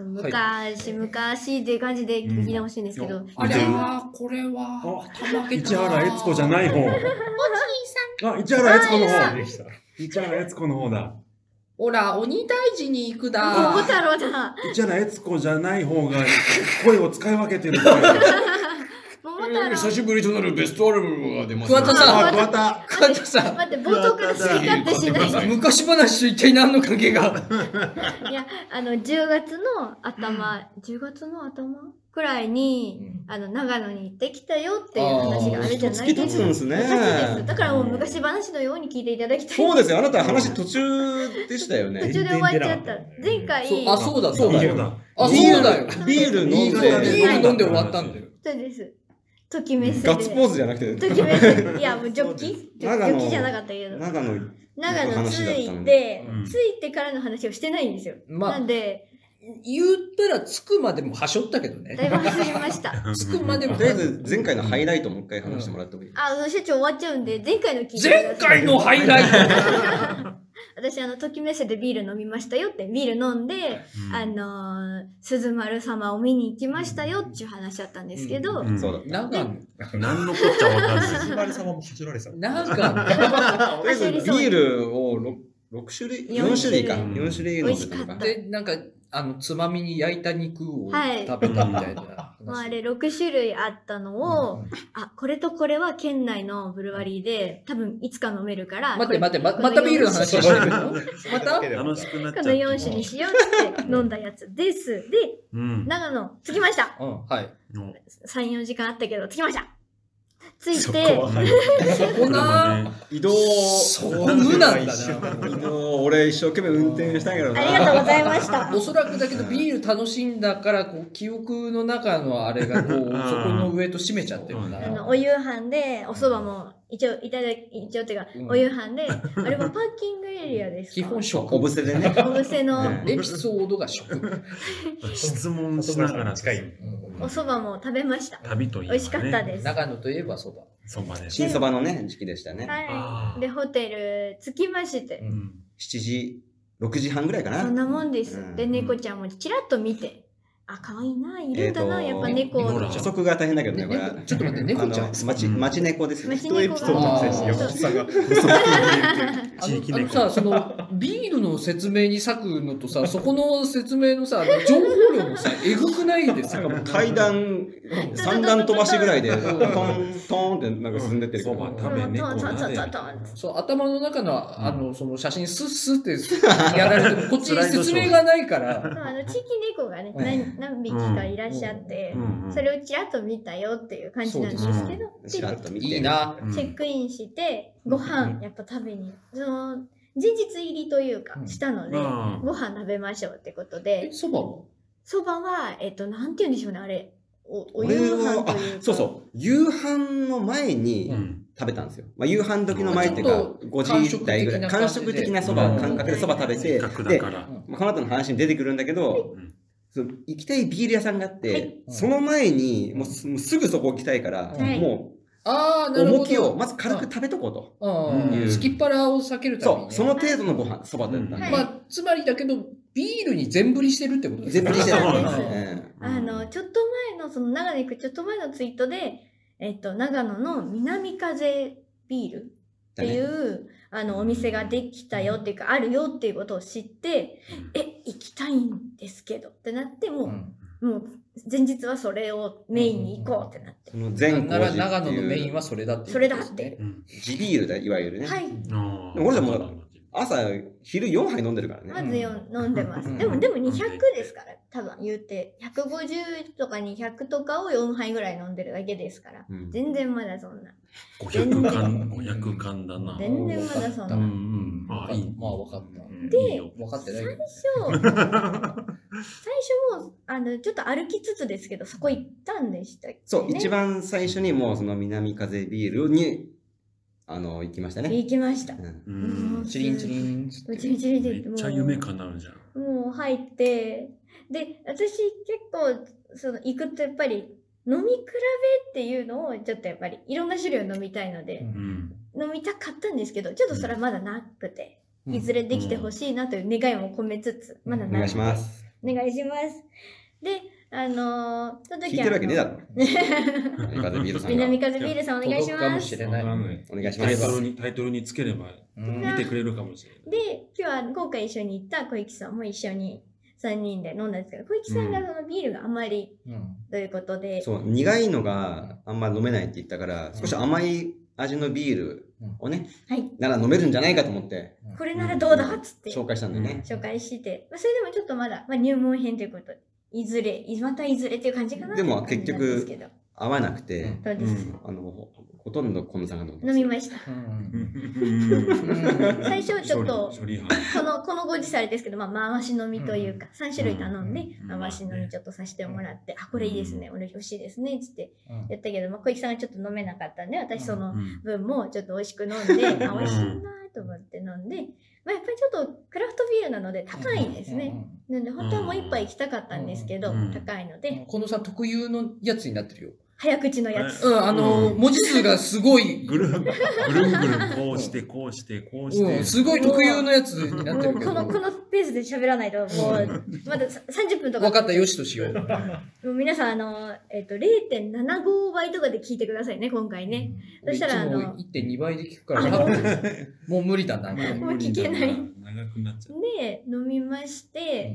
昔昔っていう感じで聞いてほしいんですけど、 あれはこれは市原悦子じゃない方。おじいさん。あ、市原悦子の方。市原悦子の方だ。 ほら、鬼退治に行くだ。 桃太郎だ。 市原悦子じゃない方が声を使い分けてる。 桃太郎。 久しぶりとなるベストアルバムが出ます。 桑田さん。 桑田。 桑田さん。 待って、冒頭から好き勝手しない。 昔話と一体何の関係が。 いや、あの、じゅうがつの頭、じゅうがつの頭くらいに、あの、長野に行ってきたよっていう話があるじゃないですか。 月経つんですね。 だからもう昔話のように聞いていただきたい。 そうですよ。あなた話途中でしたよね。 途中で終わっちゃった。前回。 あ、そうだ、そうだよ。あ、そうだよ。 ビール飲んで、 ビール飲んで終わったんだよ。 そうです。ときめす。 ガッツポーズじゃなくて。 ときめす。いや、もうジョッキジョッキじゃなかったけど。 長野、 長野着いて、着いてからの話をしてないんですよ。なんで、 言ったら着くまでもはしょったけどね。 だいぶ忘れました。 着くまでも。 とりあえず前回のハイライトもう一回話してもらってもいい？ あ、社長終わっちゃうんで、前回の聞いて前回のハイライト私、あの、ときめせでビール飲みましたよって、ビール飲んで、うん、あのー、鈴丸様を見に行きましたよっていう話だったんですけど、 うんうん、そうだ。 なんか、何のこっちゃわかんない。 鈴丸様も走られてた。 なんか、 とりあえずビールをろく種類、よん種類か。よん種類飲んでたのか。 で、なんか、あの、つまみに焼いた肉を食べたみたいな。 まあ、あれろく種類あったのを、うん、あ、これとこれは県内のブルワリーで、多分いつか飲めるから。 待って待って、ま、またビールの話してるのまた楽しくなっちゃう。 このよん種にしようって飲んだやつです。で、うん、長野、着きました。 うん、はい。 さん、よじかんあったけど、着きました。着いて、 そこな移動、 そこ無なんだな。 移動、俺一生懸命運転したけどな。 ありがとうございました。 おそらくだけどビール楽しんだから、こう、記憶の中のあれが、こう、そこの上と締めちゃってるな。 あの、お夕飯で、お蕎麦も、一応、いただき、一応っていうか、お夕飯で、あれはパーキングエリアですか？ 基本食。 おぶせでね。 おぶせの。 エピソードが食。 質問しながら近い。 お蕎麦も食べました。 旅といえば、ね、 美味しかったです。 長野といえば蕎麦。 蕎麦ね。 新蕎麦のね、時期でしたね。 はい。で、ホテル着きまして。うん、 しちじ、ろくじはんぐらいかな。 そんなもんです。うん、で、猫ちゃんもちらっと見て。あ、可愛いな、いるんだな、やっぱ猫。 補足が大変だけどね、これ。 ちょっと待って、猫ちゃん町、町猫ですね。 町猫が。 エピソードの先生、山本さんが。 あのさ、その、ビールの説明に割くのとさ、そこの説明のさ、情報量もさ、えぐくないですか？ 階段、三段飛ばしぐらいで、トン、トンってなんか進んでってる。 そば食べ猫なで。 そう、頭の中の、あの、その写真スッスってやられても、こっちに説明がないから。 あの、地域猫がね、何匹かいらっしゃって、それをちらっと見たよっていう感じなんですけど、 ちらっと見ていいな。 チェックインして、ご飯やっぱ食べに、その、前日入りというか、したので、ご飯食べましょうってことで。 そばはそばは、えっと、なんて言うんでしょうね、あれ。お、お夕飯というか。 そうそう。夕飯の前に食べたんですよ。まあ、夕飯時の前っていうか、ごじ台ぐらい。間食的なそば、感覚でそば食べて、で、この後の話に出てくるんだけど、その行きたいビール屋さんがあって、はい、その前にもうすぐそこ行きたいから、はい、もう、 ああ、なるほど。 重きをまず軽く食べとこうと。 うん。すきっ腹を避けるために、 ね。そう、その程度のご飯、そばだったんで。 まあ、つまりだけど、ビールに全振りしてるってことですね。全振りしてる。 あの、ちょっと前の、その長野行くちょっと前のツイートで、えっと、長野の南風ビールっていう、あの、お店ができたよっていうか、あるよっていうことを知って、え、行きたいんですけどってなって、もう、もう、前日はそれをメインに行こうってなって。 その全なら長野のメインはそれだって。 それだって。 地ビールだ、いわゆるね。 はい。 でも俺らも朝、昼よんはい飲んでるからね。 まずよん飲んでます。でも、でもにひゃくですから、多分言うて。ひゃくごじゅうとかにひゃくとかをよんはいぐらい飲んでるだけですから。全然まだそんな。 ごひゃくかん、ごひゃくかんだな。 全然まだそんな。うん。 まあ、いい。まあ、分かった。 で、 分かってないけど。 最初、最初も、あの、ちょっと歩きつつですけど、そこ行ったんでしたっけ、ね、 そう、一番最初にもうその南風ビールに、あの、行きましたね。 行きました。 うん。チリンチリン。 チリンチリンで。 めっちゃ夢叶うじゃん。 もう入って、で、私結構、その、行くとやっぱり、飲み比べっていうのをちょっとやっぱりいろんな種類を飲みたいので、うん、飲みたかったんですけど、ちょっとそれはまだなくて、うん、いずれできてほしいなという願いも込めつつ、まだなくて。 お願いします。 お願いします。で、あのー、その時聞いてるわけねえだろ。南風ビールさんが。 南風ビールさんお願いします。 届くかもしれない。 お願いしますタイトルにタイトルにつければ見てくれるかもしれない。 で、今日は今回一緒に行った小池さんも一緒にさんにんで飲んだんですけど、小池さんがそのビールがあまりということで、 うん、そう苦いのがあんま飲めないって言ったから、少し甘い味のビールをね、うん、はい、なら飲めるんじゃないかと思って、 これならどうだっつって、 紹介したんだよね。 紹介して、まあ、それでもちょっとまだ、まあ、入門編ということで、いずれ、またいずれっていう感じかな。 でも結局合わなくて、 うん、そうです。 あのほとんどこのさんが飲ん飲みました。最初ちょっとこのこのご時世ですけど、まあ回し飲みというかさん種類頼んで回し飲みちょっとさせてもらって、あこれいいですね、俺美味しいですねつってやったけど、まあ小池さんがちょっと飲めなかったんで、私その分もちょっと美味しく飲んで、あ美味しいなと思って飲んで。まあ、やっぱりちょっとクラフトビールなので高いんですね。なので本当はもう一杯行きたかったんですけど、高いので。 このさ特有のやつになってるよ。 早口のやつ。 うん、あの、文字数がすごい。 ぐるんぐるんぐるん、こうして、こうして、こうして。 うん、すごい特有のやつになってるけど。 この、このペースで喋らないと、もう、まださんじゅっぷんとか。 分かった、よしとしよう。 もう皆さん、あの、えっと、れいてんななごばいとかで聞いてくださいね、今回ね。そしたら、あの。 いってんにばいで聞くから、もう無理だな。もう聞けない。 長くなっちゃう。 で、飲みまして、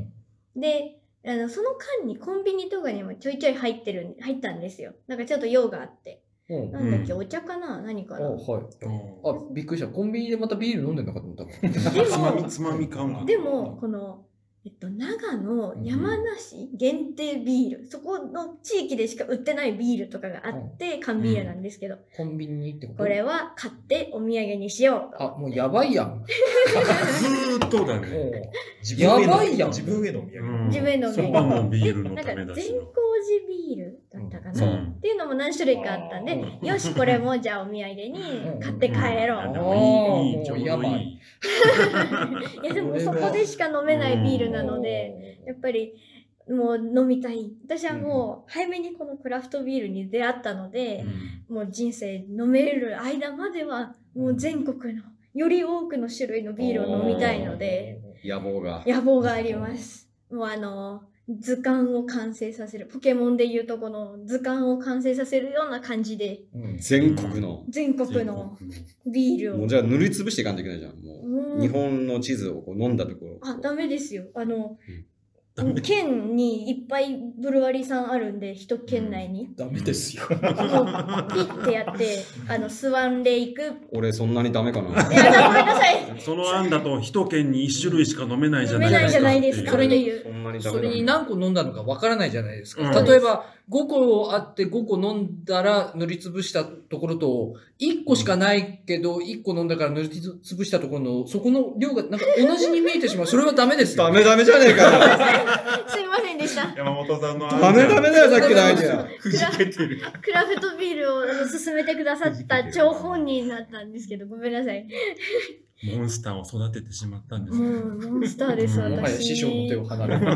で、あのその間にコンビニとかにもちょいちょい入ってる入ったんですよ。なんかちょっと用があって。うん、なんだっけ、お茶かな何かな、 はい。あ、びっくりした。コンビニでまたビール飲んでんのかと思った。 つまみ、つまみ買うか。 でも、この、えっと、長野、山梨限定ビール、そこの地域でしか売ってないビールとかがあって、缶ビールなんですけど、 コンビニってこと？ これは買ってお土産にしようと。 あ、もうやばいやん。 ずーっとだね。 やばいやん。 自分へのお土産。 自分へのお土産。 そばもビールのためだし。 なんか善光寺ビールだったかな、っていうのも何種類かあったんで、よし、これもじゃあお土産に買って帰ろう。 いい、ちょうどいい。 いやでもそこでしか飲めないビールなので、やっぱりもう飲みたい。私はもう早めにこのクラフトビールに出会ったので、もう人生飲める間まではもう全国のより多くの種類のビールを飲みたいので、 野望が野望があります。もうあの図鑑を完成させる、ポケモンでいうとこの図鑑を完成させるような感じで、 全国の全国のビールをもうじゃあ塗りつぶしていかんといけないじゃん。もう日本の地図をこう飲んだところ。 あ、ダメですよ。あの、うん、県にいっぱいブルワリーさんあるんで、一県内に。 ダメですよ。 もうピッてやって、あの、スワンレイク。 俺そんなにダメかな。 いや、ごめんなさい。 その案だと一県に一種類しか飲めないじゃないですか。飲めないじゃないですか。 それに、それに何個飲んだのかわからないじゃないですか。うん、例えば、ごこあってごこ飲んだら塗りつぶしたところと、いっこしかないけどいっこ飲んだから塗りつぶしたところの、そこの量がなんか同じに見えてしまう。それはダメですよ。 ダメダメじゃねえかよ。 すいませんでした。 山本さんのダメダメだよ、さっきのアイデア。 くじけてる。 クラフトビールを勧めてくださった張本人だったんですけど、ごめんなさい。 モンスターを育ててしまったんですね。もうモンスターです、私。 もはや師匠の手を離れる。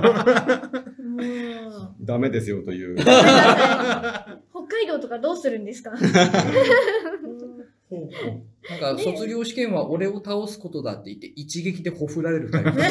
ダメですよという。 北海道とかどうするんですか？ なんか卒業試験は俺を倒すことだって言って一撃でほふられるタイプ。で、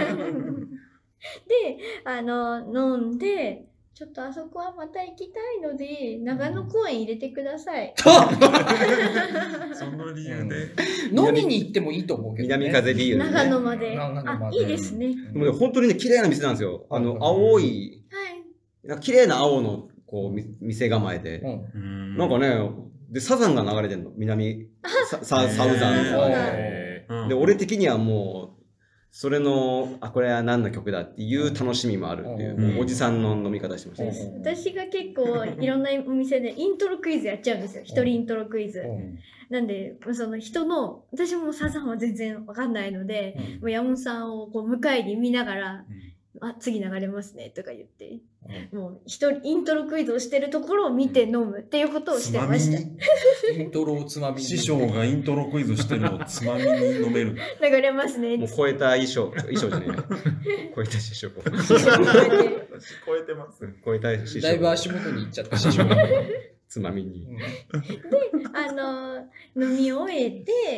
あの、飲んで、ちょっとあそこはまた行きたいので、長野公園入れてください。 その理由で。 飲みに行ってもいいと思うけど、ね。 南風ビール、ね。 長野まで。あ、いいですね。 でも本当にね、綺麗な店なんですよ。あの、青い、はい、綺麗な青の、こう、店構えで。うん、なんかね、で、サザンが流れてんの。南、サ、サウザンの。で、俺的にはもう、それの、あ、これは何の曲だっていう楽しみもあるっていう、もうおじさんの飲み方してました。 私が結構いろんなお店でイントロクイズやっちゃうんですよ。一人イントロクイズ。なんで、その人の、私もサザンは全然わかんないので、もう山本さんをこう迎えに見ながら、あ、次流れますねとか言って、もう一人イントロクイズをしてるところを見て飲むっていうことをしてました。 イントロをつまみに。 師匠がイントロクイズしてるのをつまみに飲める。 流れますね。 もう超えた衣装、衣装じゃない。超えた師匠。超えてます。超えた師匠。 だいぶ足元に行っちゃった師匠。 つまみに。 で、あの、飲み終えて、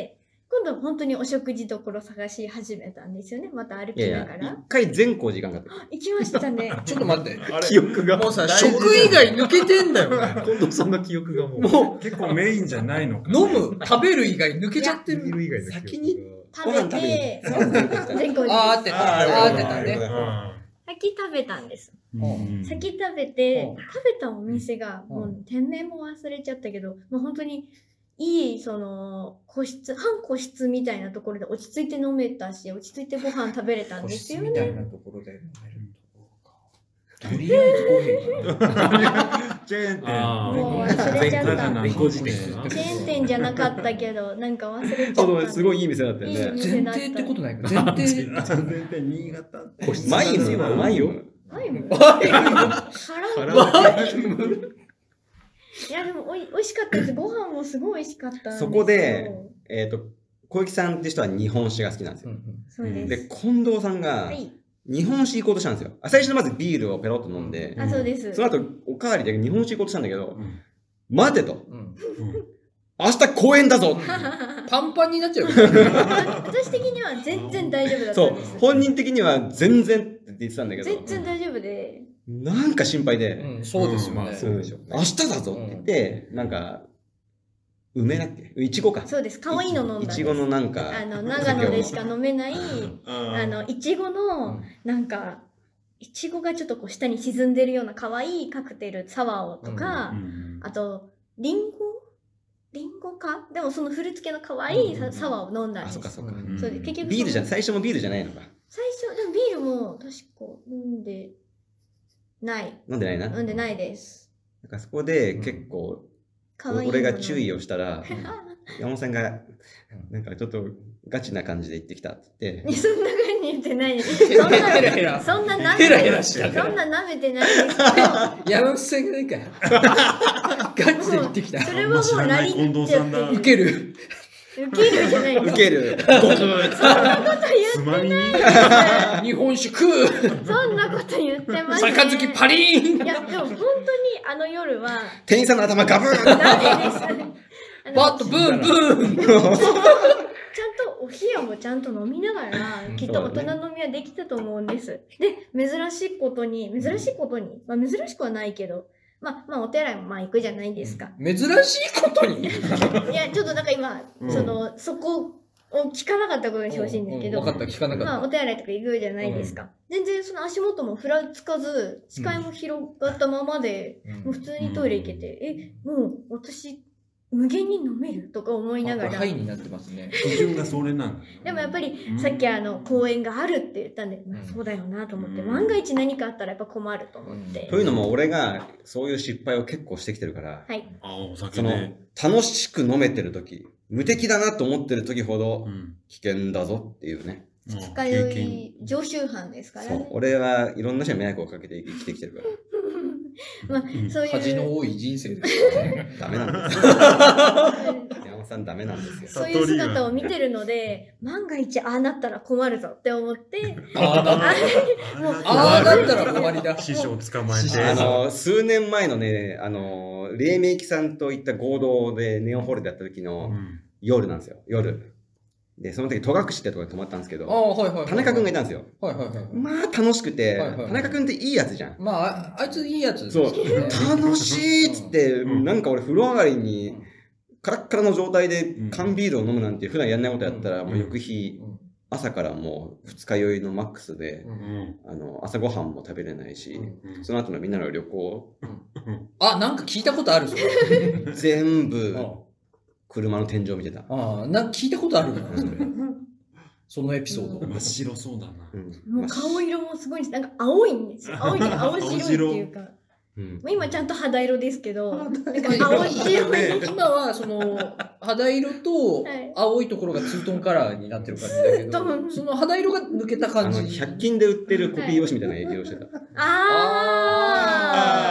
今度は本当にお食事どころ探し始めたんですよね。また歩きながら。 一回善光寺行かんかった。 行きましたね。 ちょっと待って。 記憶が。 もうさ、食以外抜けてんだよ。 近藤さんの記憶がもう。 もう結構メインじゃないのか。 飲む、食べる以外抜けちゃってる。 先に食べて、全国あーってた。あーってたね。 先食べたんです。先食べて、食べたお店が、もう店名も忘れちゃったけど、もう本当に、いい、その、個室、半個室みたいなところで落ち着いて飲めたし、落ち着いてご飯食べれたんですよね。 個室みたいなところで飲めるところか。とりあえずご飯。 チェーン店。 もう忘れちゃった。チェチーン店じゃなかったけど、なんか忘れちゃった。 すごいいい店だったよね。 前提ってことないか。前提。 前提新潟。 マイムはマイム。 マイム。 マイム。 いやでもおい美味しかったです。ご飯もすごい美味しかったんですよ。 そこで、えっと、小雪さんって人は日本酒が好きなんですよ。 そうです。 で、近藤さんが日本酒行こうとしたんですよ。最初まずビールをペロッと飲んで、 あ、そうです。 その後おかわりで日本酒行こうとしたんだけど、待てと。明日公演だぞパンパンになっちゃう。 私的には全然大丈夫だったんです。 そう、本人的には全然って言ってたんだけど、 全然大丈夫で。 なんか心配で、 うん、そうですよね。 そうでしょ。明日だぞって言って、なんか、梅だっけいちごか。 そうです。可愛いの飲んだんです。 いちごのなんか、 あの、長野でしか飲めない、あの、いちごの、なんか、いちごがちょっとこう下に沈んでるような可愛いカクテル、サワーとか、あと、リンゴリンゴかでもそのフルーツ系の可愛いサワーを飲んだんです。 あ、そっかそっか。 そうで結局ビールじゃ、最初もビールじゃないのか。 最初、でもビールも確か飲んでない。 飲んでないな。 飲んでないです。 なんかそこで結構、俺が注意をしたら、山本さんが、なんかちょっとガチな感じで言ってきたって言って。 そんな風に言ってないです。そんな、 ヘラヘラそんな舐めヘラヘラしちゃう。 そんな舐めてないですけど。 山本さんがないかよ。ガチで言ってきた。 それはもうラリッチャって。 ウケる。 ウケるじゃないですか。 ウケる。 そんなこと言ってない。 日本酒食う。 そんなこと言ってません。 杯パリーン。 いや、でも本当にあの夜は。 店員さんの頭ガブーン。 ダメです。 バッとブーンブーン。 ちゃんとお冷やもちゃんと飲みながら、きっと大人飲みはできたと思うんです。で、珍しいことに、珍しいことに、まあ珍しくはないけど、まあ、まあお手洗いもまあ行くじゃないですか。 珍しいことにいや、ちょっとなんか今、その、そこを聞かなかったことにしてほしいんですけど、 分かった、聞かなかった。 まあお手洗いとか行くじゃないですか。全然その足元もふらつかず、視界も広がったままで、もう普通にトイレ行けて、え、もう私、無限に飲めるとか思いながら。 ハイになってますね。 基準がそれなんだ。 でもやっぱりさっきあの公園があるって言ったんで、まあ、そうだよなと思って、万が一何かあったらやっぱ困ると思って。 というのも俺がそういう失敗を結構してきてるから、 はい、 あお酒その楽しく飲めてる時、無敵だなと思ってる時ほど危険だぞっていうね。 二日酔い常習犯ですからね。 そう、俺はいろんな人に迷惑をかけて生きてきてるから。 まあ、そういう恥の多い人生ですよね。 ダメなんですよ。山本さんダメなんですよ。 そういう姿を見てるので、万が一ああなったら困るぞって思って、 ああなったら終わりだ。 師匠捕まえて。 あの数年前のね、あの黎明期さんといった合同でネオンホールでやった時の夜なんですよ。夜。で、その時、戸隠ってところで泊まったんですけど、田中君がいたんですよ。 はいはいはい。 まあ、楽しくて、田中君っていいやつじゃん。 まあ、あいついいやつ。 そう。楽しいっつって、なんか俺、風呂上がりに、カラッカラの状態で缶ビールを飲むなんて普段やんないことやったら、もう翌日、朝からもう二日酔いのマックスで、あの、朝ごはんも食べれないし、その後のみんなの旅行。 あ、なんか聞いたことあるぞ。 全部、車の天井見てた。 ああ、なんか聞いたことあるな、それ。そのエピソード。 真っ白そうだな。 もう顔色もすごいんです。なんか青いんですよ。青いっていうか青白いっていうか。今ちゃんと肌色ですけど、なんか青白い。 今はその肌色と青いところがツートンカラーになってる感じだけど、その肌色が抜けた感じ。 ひゃく均で売ってるコピー用紙みたいな色してた。 ああ。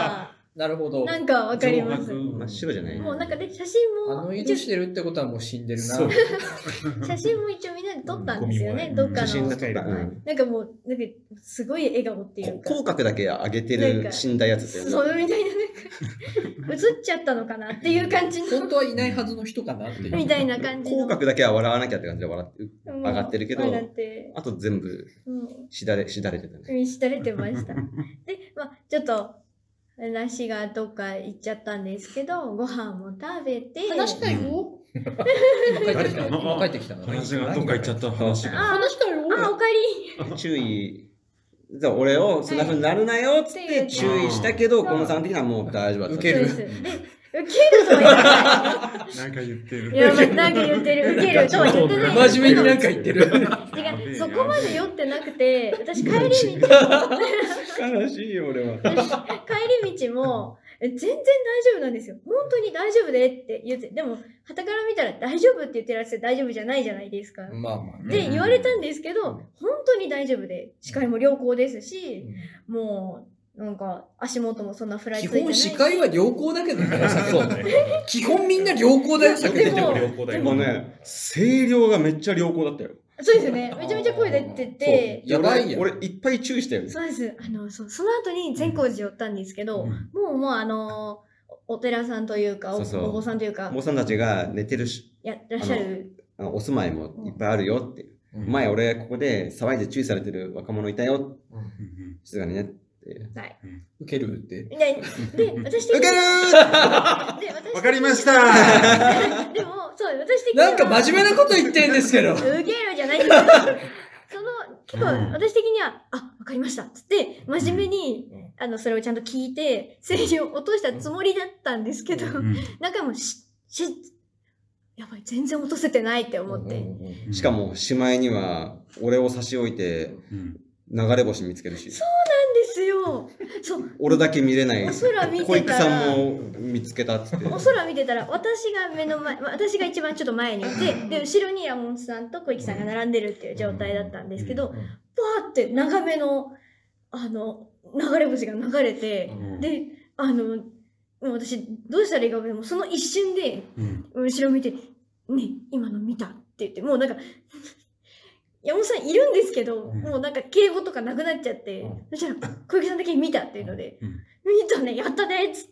なるほど。 なんかわかります。 真っ白じゃない。 もうなんかで写真もあの色してるってことはもう死んでるな。 写真も一応みんなで撮ったんですよね。どっかの。 写真で撮った。 なんかもうなんかすごい笑顔っていうか。 口角だけ上げてる死んだやつって。 そうみたいななんか映っちゃったのかなっていう感じの。 本当はいないはずの人かなっていう。 みたいな感じの。 口角だけは笑わなきゃって感じで笑って上がってるけど、あと全部しだれしだれてたね。 しだれてました。で、まあちょっと。話がどっか行っちゃったんですけど、ご飯も食べて。 話したよ。今帰ってきた。今帰ってきた。 話がどっか行っちゃった話が。 話したよ。あ、おかえり。 注意。俺をそんな風になるなよって注意したけど、このさん的にはもう大丈夫だった。 受ける。 受けるとは言わない。 なんか言ってる。 いや、なんか言ってる。受けるとは言ってない。 真面目になんか言ってる。 違う、そこまで酔ってなくて、私帰り道も。悲しいよ、俺は。 帰り道も、全然大丈夫なんですよ。本当に大丈夫でって言って、でも、傍から見たら大丈夫って言ってらっしゃる大丈夫じゃないじゃないですか。 まあまあね。で、言われたんですけど、本当に大丈夫で、視界も良好ですし、もう、なんか足元もそんなフライついてない。 基本視界は良好だけどね。そうね。基本みんな良好だよ。 避けても良好だよ。 もうね、声量がめっちゃ良好だったよ。 そうですよね。めちゃめちゃ声出てて。 やばいやん。 俺いっぱい注意したよね。 そうです。あの、そう、その後に善光寺寄ったんですけど、もうもうあの、お寺さんというか、お坊さんというか。 お坊さんたちが寝てるし。 やってらっしゃる。 あの、お住まいもいっぱいあるよって。前俺ここで騒いで注意されてる若者いたよ。静かにね。 はい。 受けるって。 で、私的に。受けるーわかりましたでも、そう、私的には。 なんか真面目なこと言ってんですけど。 受けるじゃないんですよ。その、結構、私的には、あ、わかりましたっつって、真面目に、あの、それをちゃんと聞いて、声量を落としたつもりだったんですけど、なんかもう、し、し、やばい、全然落とせてないって思って。 しかも、しまいには、俺を差し置いて、流れ星見つけるし。 そうなんですよ。そう。 俺だけ見れない。 お空見てたら。 小池さんも見つけたっつって。 お空見てたら、私が目の前、私が一番ちょっと前にいて、で、後ろに山本さんと小池さんが並んでるっていう状態だったんですけど、パーって長めの、あの、流れ星が流れて、で、あの、もう私、どうしたらいいか分かんない。もうその一瞬で、後ろ見て、ね、今の見たって言って、もうなんか、山本さんいるんですけど、うん、もうなんか敬語とかなくなっちゃって、うん、そしたら小池さんだけ見たっていうので、うん、見たね、やったねっつって、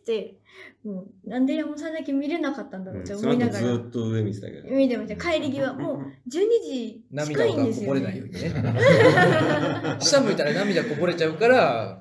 もうなんで山本さんだけ見れなかったんだろうって思いながら。 ずっと上見てたけど。 見てました。帰り際、もうじゅうにじ近いんですよ、ね。 涙がこぼれないようにね。下向いたら涙こぼれちゃうから、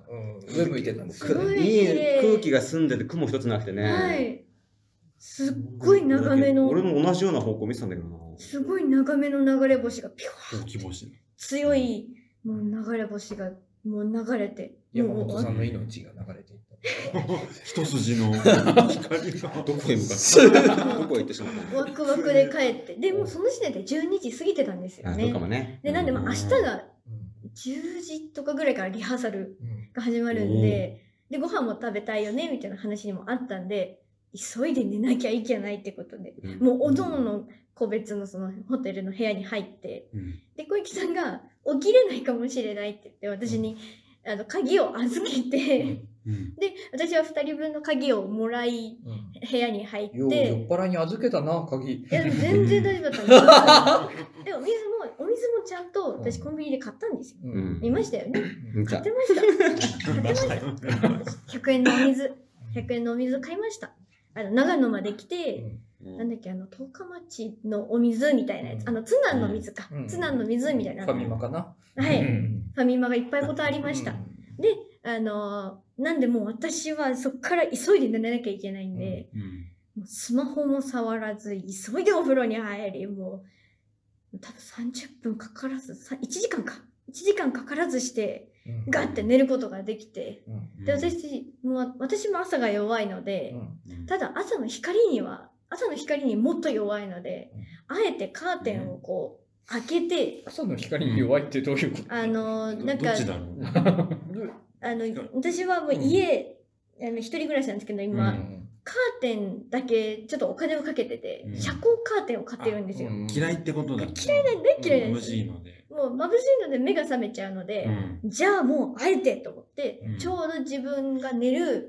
うん、上向いてたんですよ、ね。いい空気が澄んでて雲一つなくてね。 はい。すっごい長めの。 俺も同じような方向見てたんだけどな。 すごい長めの流れ星がピュワー強いもう流れ星がもう流れて。 山本さんの命が流れていった。一筋の光がどこへ向かったどこへ行ってしまったワクワクで帰って。でもその時点でじゅうにじ過ぎてたんですよね。 そうかもね。 で、なんでまあ明日がじゅうじとかぐらいからリハーサルが始まるんで、で、ご飯も食べたいよねみたいな話にもあったんで、急いで寝なきゃいけないってことで、うん、もうおのおの個別のそのホテルの部屋に入って、うん、で小池さんが起きれないかもしれないって言って私に、うん、あの鍵を預けて、うん、で私はふたりぶんの鍵をもらい、部屋に入って酔っ払いに預けたな鍵。 いや全然大丈夫だったんですでお水もお水もちゃんと私コンビニで買ったんですよ、うん、見ましたよね、買ってました買ってましたひゃくえんのお水ひゃくえんのお水買いました。あの長野まで来て、うん、なんだっけ、あの十日町のお水みたいなやつ、うん、あの津南の水か、うん、津南の水みたいな、 ファミマかな、 はい、うん、ファミマがいっぱいことありました、うん、で、あのー、なんでもう私はそっから急いで寝なきゃいけないんで、うん、もうスマホも触らず急いでお風呂に入り、もう多分さんじゅっぷんかからずいちじかんかいちじかんかからずしてガッて寝ることができて、うん、で私も私も朝が弱いので、うん、ただ朝の光には朝の光にもっと弱いので、うん、あえてカーテンをこう開けて、 朝の光に弱いってどういうこと？ あのなんかどっちだろうあの私はもう家、うん、あの一人暮らしなんですけど今、うん、カーテンだけちょっとお金をかけてて、うん、遮光カーテンを買ってるんですよ。 嫌いってことだ。 嫌いなんで嫌いなんです。眩しいので。 もう眩しいので目が覚めちゃうので、うん、じゃあもうあえてと思って、うん、ちょうど自分が寝る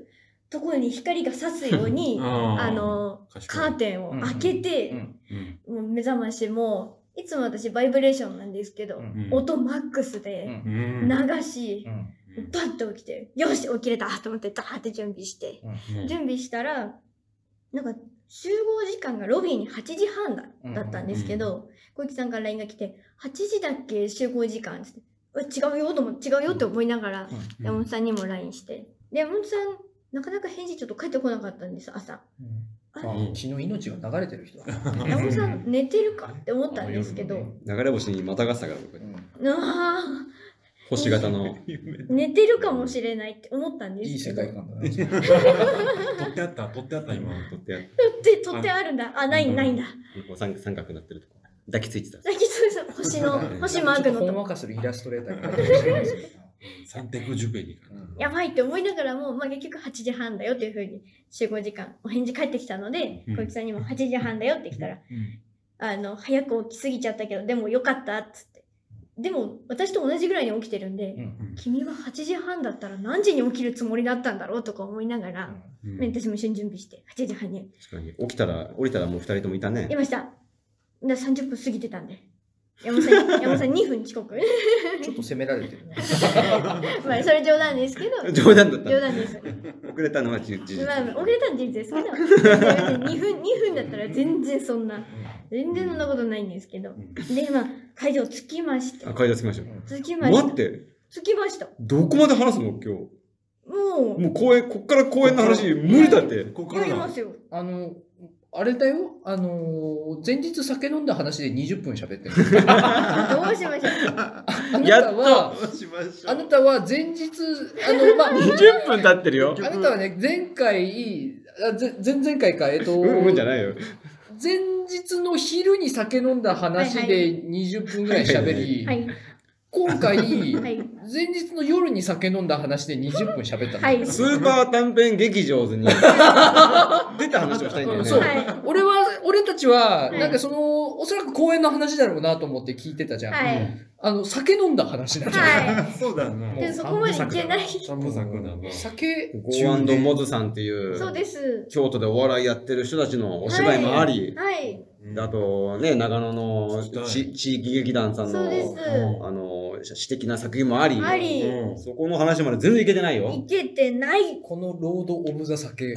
ところに光が差すようにあのカーテンを開けて、もう目覚ましもいつも私バイブレーションなんですけど、音マックスで流し、バッと起きて、よし起きれたと思ってダーって準備して、準備したらなんか集合時間がロビーにはちじはんだだったんですけど、小池さんから ライン が来て、はちじだっけ集合時間って。違うよと思って、違うよって思いながら、山本さんにも ライン して。で、山本さん、なかなか返事ちょっと返ってこなかったんです、朝。 昨日命が流れてる人。 山本さん、寝てるかって思ったんですけど。 流れ星にまたがってたから、僕。 ああ。 星型の。 寝てるかもしれないって思ったんですけど。 いい世界観だね。 取ってあった、取ってあった、今。 取ってあった。 取って、取ってあるんだ。あ、ない、ないんだ。 三角になってるとこ。抱きついてた。 抱きついてた。星の、星マークの。 ほんわかするイラストレーターが。 サンテクジュペリかな。 やばいって思いながらも、まあ結局はちじはんだよっていうふうに集合時間、お返事返ってきたので、小池さんにもはちじはんだよって来たら、あの、早く起きすぎちゃったけど、でもよかったっつって。でも私と同じぐらいに起きてるんで、君ははちじはんだったら何時に起きるつもりだったんだろうとか思いながら、私も一緒に準備してはちじはんに。 確かに。起きたら、降りたらもうふたりともいたね。 いました。でさんじゅっぷん過ぎてたんで。山本さん、山本さんにふん遅刻。 ちょっと責められてるね。 まあそれ冗談ですけど。 冗談だった。 冗談です。 遅れたのは事実。 まあ遅れたのは事実ですけど、にふん、にふんだったら全然そんな、全然そんなことないんですけど。で、まあ会場着きました。 あ、会場着きました。 着きました。 待って。 着きました。 どこまで話すの今日。 もう。 もう公演、こっから公演の話無理だって。 ここからやりますよ。 あの、あれだよ、あのー、前日酒飲んだ話でにじゅっぷん喋ってる。どうしましょう。あなたは、あなたは前日、あの、まあ、 にじゅっぷん経ってるよ。 あなたはね、前回、あぜ前々回か、えっと、 うんうんじゃないよ。 前日の昼に酒飲んだ話でにじゅっぷんぐらい喋り、 はい、 今回、はい、 前日の夜に酒飲んだ話でにじゅっぷん喋ったの、 はい、 スーパー短編劇場図に出た話をしたいんだよね。 そう、はい、俺は、俺たちは、なんかその、おそらく公演の話だろうなと思って聞いてたじゃん。 はい、 あの、酒飲んだ話なんじゃない、 はい、そうだな。 でそこまでいけない。 三部作だな。 酒、 ゴー&モズさんっていう、 そうです。 京都でお笑いやってる人たちのお芝居もあり、 はい。はいあとね、長野の地域劇団さんのあの詩的な作品もあり、 ありそこの話まで全然いけてないよ。 いけてない。 このロード・オブ・ザ・酒。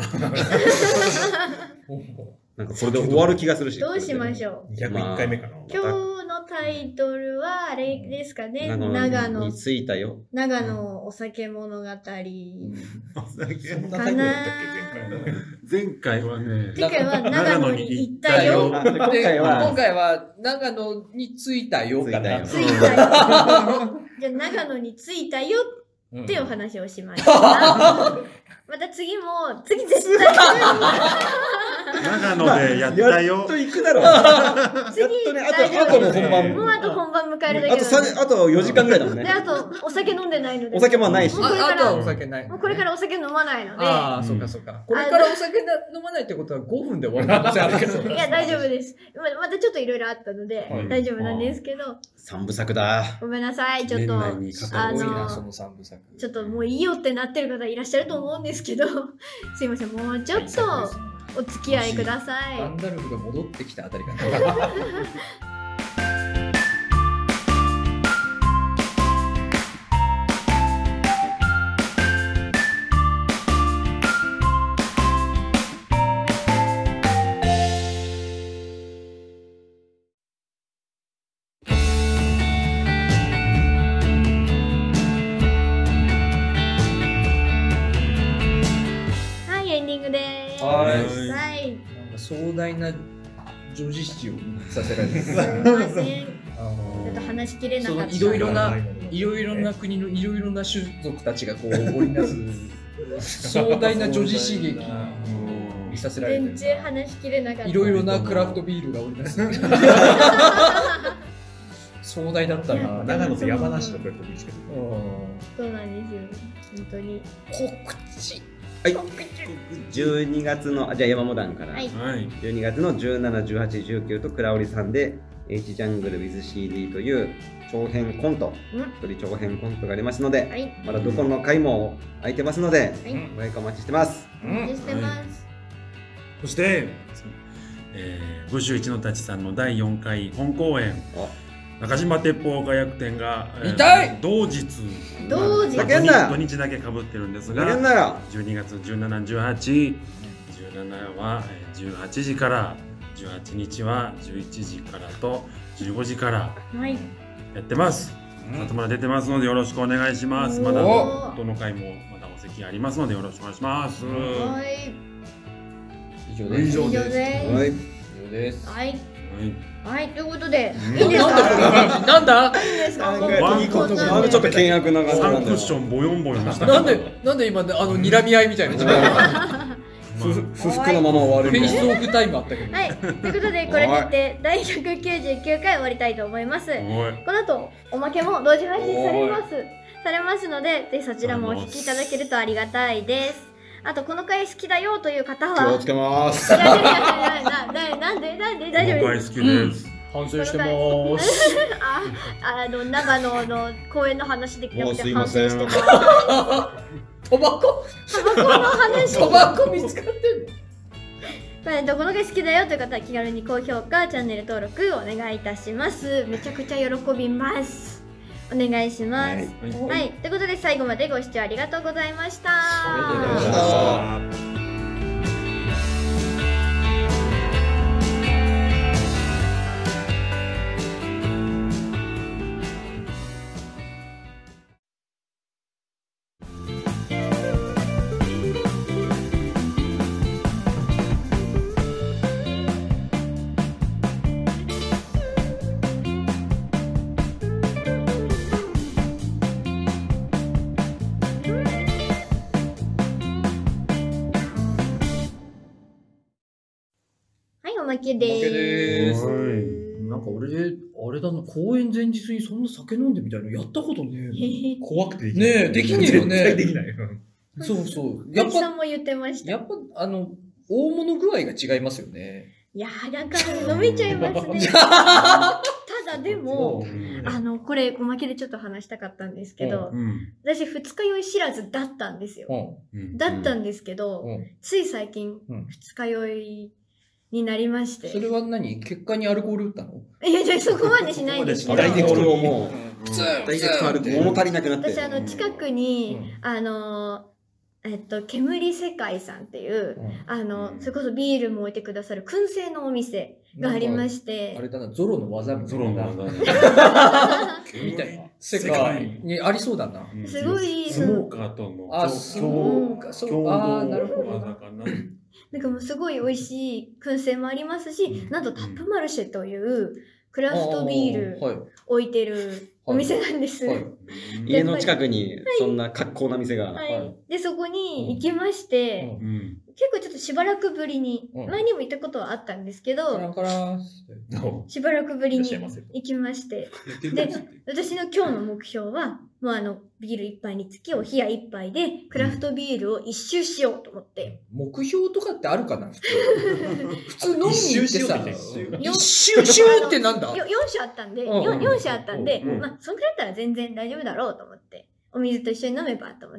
なんかこれで終わる気がするし。 どうしましょう。 にひゃくいっかいめかな。 今日のタイトルはあれですかね。 長野に着いたよ。 長野お酒物語。お酒かな。 前回はね。 前回は長野に行ったよ。 今回は今回は長野に着いたよかな。 着いたよ。じゃあ長野に着いたよってお話をしました。また次も次絶対長野でやったよ。 やっと行くだろう。 次ね、あと、あとの本番。 もうあと本番迎えるだけあと三、あとよじかんぐらいだもんね。 で、あとお酒飲んでないので。 お酒もないし。 あとはお酒ない。 もうこれからお酒飲まないので。 ああ、そうかそうか。これからお酒飲まないってことはごふんで終わる可能性あるけど。 いや、大丈夫です。またちょっといろいろあったので、大丈夫なんですけど。 三部作だ。 ごめんなさい、ちょっと、あの、ちょっともういいよってなってる方いらっしゃると思うんですけど、すいません、もうちょっとお付き合いください。 ガンダルフが戻ってきたあたりかな。壮大な女子誌をさせられてすいません。ちょっと話しきれなかった。いろいろないろいろな国のいろいろな種族たちがこう織りなす壮大な女子誌劇にさせられてる。 全然話しきれなかった。 いろいろなクラフトビールが織りなす。壮大だったな。 長野と山梨のクラフトビールしか。 そうなんですよ。本当に。 告知。 はい、じゅうにがつの、じゃあ山モダンから、 はい、 じゅうにがつのじゅうしち、じゅうはち、じゅうくとクラオリさんで H ジャングル with シーディー という長編コント、一人長編コントがありますので、はい、まだどこの回も空いてますので、はい、ご来館お待ちしてます。 お待ちしてます。はい、 そして、えー、武州一の太刀さんのだいよんかい本公演中島鉄砲火薬店が、 えー、 同日同日土日だけかぶってるんですが、じゅうにがつじゅうしち、じゅうはち、じゅうななはじゅうはちじから、じゅうはちにちはじゅういちじからとじゅうごじからやってます。里村出てますのでよろしくお願いします。まだどの回もまだお席ありますのでよろしくお願いします。はい。 以上です。 以上です。 はい。以上です。 はい。はい、ということで、 いいんですか？なんだ？ いいんですか？ ワンコートがちょっと険悪な感じ。 サンクッションボヨンボヨンした。 なんでなんで今あの睨み合いみたいな。 不服のまま終わる。 フェイスオフタイムあったけど。 はい、ということでこれにてだいひゃくきゅうじゅうきゅうかい終わりたいと思います。この後おまけも同時配信されますされますので、ぜひそちらもお聞きいただけるとありがたいです。あとこの回好きだよという方は気をつけます。 いやいやいやななんでなんで大丈夫です。 好きです。 反省してます。 ああの長野の公園の話できなくて反省してます。 タバコタバコの話タバコ見つかってんの。 まあ、どこのが好きだよという方は気軽に高評価、チャンネル登録お願いいたします。めちゃくちゃ喜びます。お願いします。はい、はい、ということで最後までご視聴ありがとうございました。 ありがとうございました。 おまけです。 なんか俺、あれだな、公演前日にそんな酒飲んでみたいなのやったことねえ。 怖くてできない。 ねえ、できねえよね。 絶対できない。 そうそう。やっぱ、さんも言ってました。 やっぱ、あの、大物具合が違いますよね。 いやー、なんか飲めちゃいますね。ただでも、あの、これ、おまけでちょっと話したかったんですけど、うん、私、二日酔い知らずだったんですよ。うん、だったんですけど、うん、つい最近、二日酔い、になりまして。 それは何？血管にアルコール打ったの？ いや、じゃそこまでしないんですけど。 大体これをもう、普通大体アルコール物足りなくなって。 私、あの、近くに、あの、えっと、煙世界さんっていう、あの、それこそビールも置いてくださる燻製のお店がありまして。 あれだな、ゾロの技みたいな。 ゾロの技みたいな。世界にありそうだな。 すごい。 スモーカーとの。 あ、そうか、そう。ああ、なるほど。 なんかもうすごい美味しい燻製もありますし、なんとタップマルシェというクラフトビール置いてるお店なんです。 家の近くにそんな格好な店が。 はいはい、で、そこに行きまして、うん、結構ちょっとしばらくぶりに、うん、前にも行ったことはあったんですけど、しばらくぶりに行きまして、で、私の今日の目標は、もうあの、ビール一杯につきお冷や一杯で、クラフトビールを一周しようと思って。 目標とかってあるかな普通。普通飲みに行ってさ、一周しようってなんだ ?よん種あったんで、よん種あったんで、まあ、そんくらいだったら全然大丈夫だろうと思って。お水と一緒に飲めばと思って。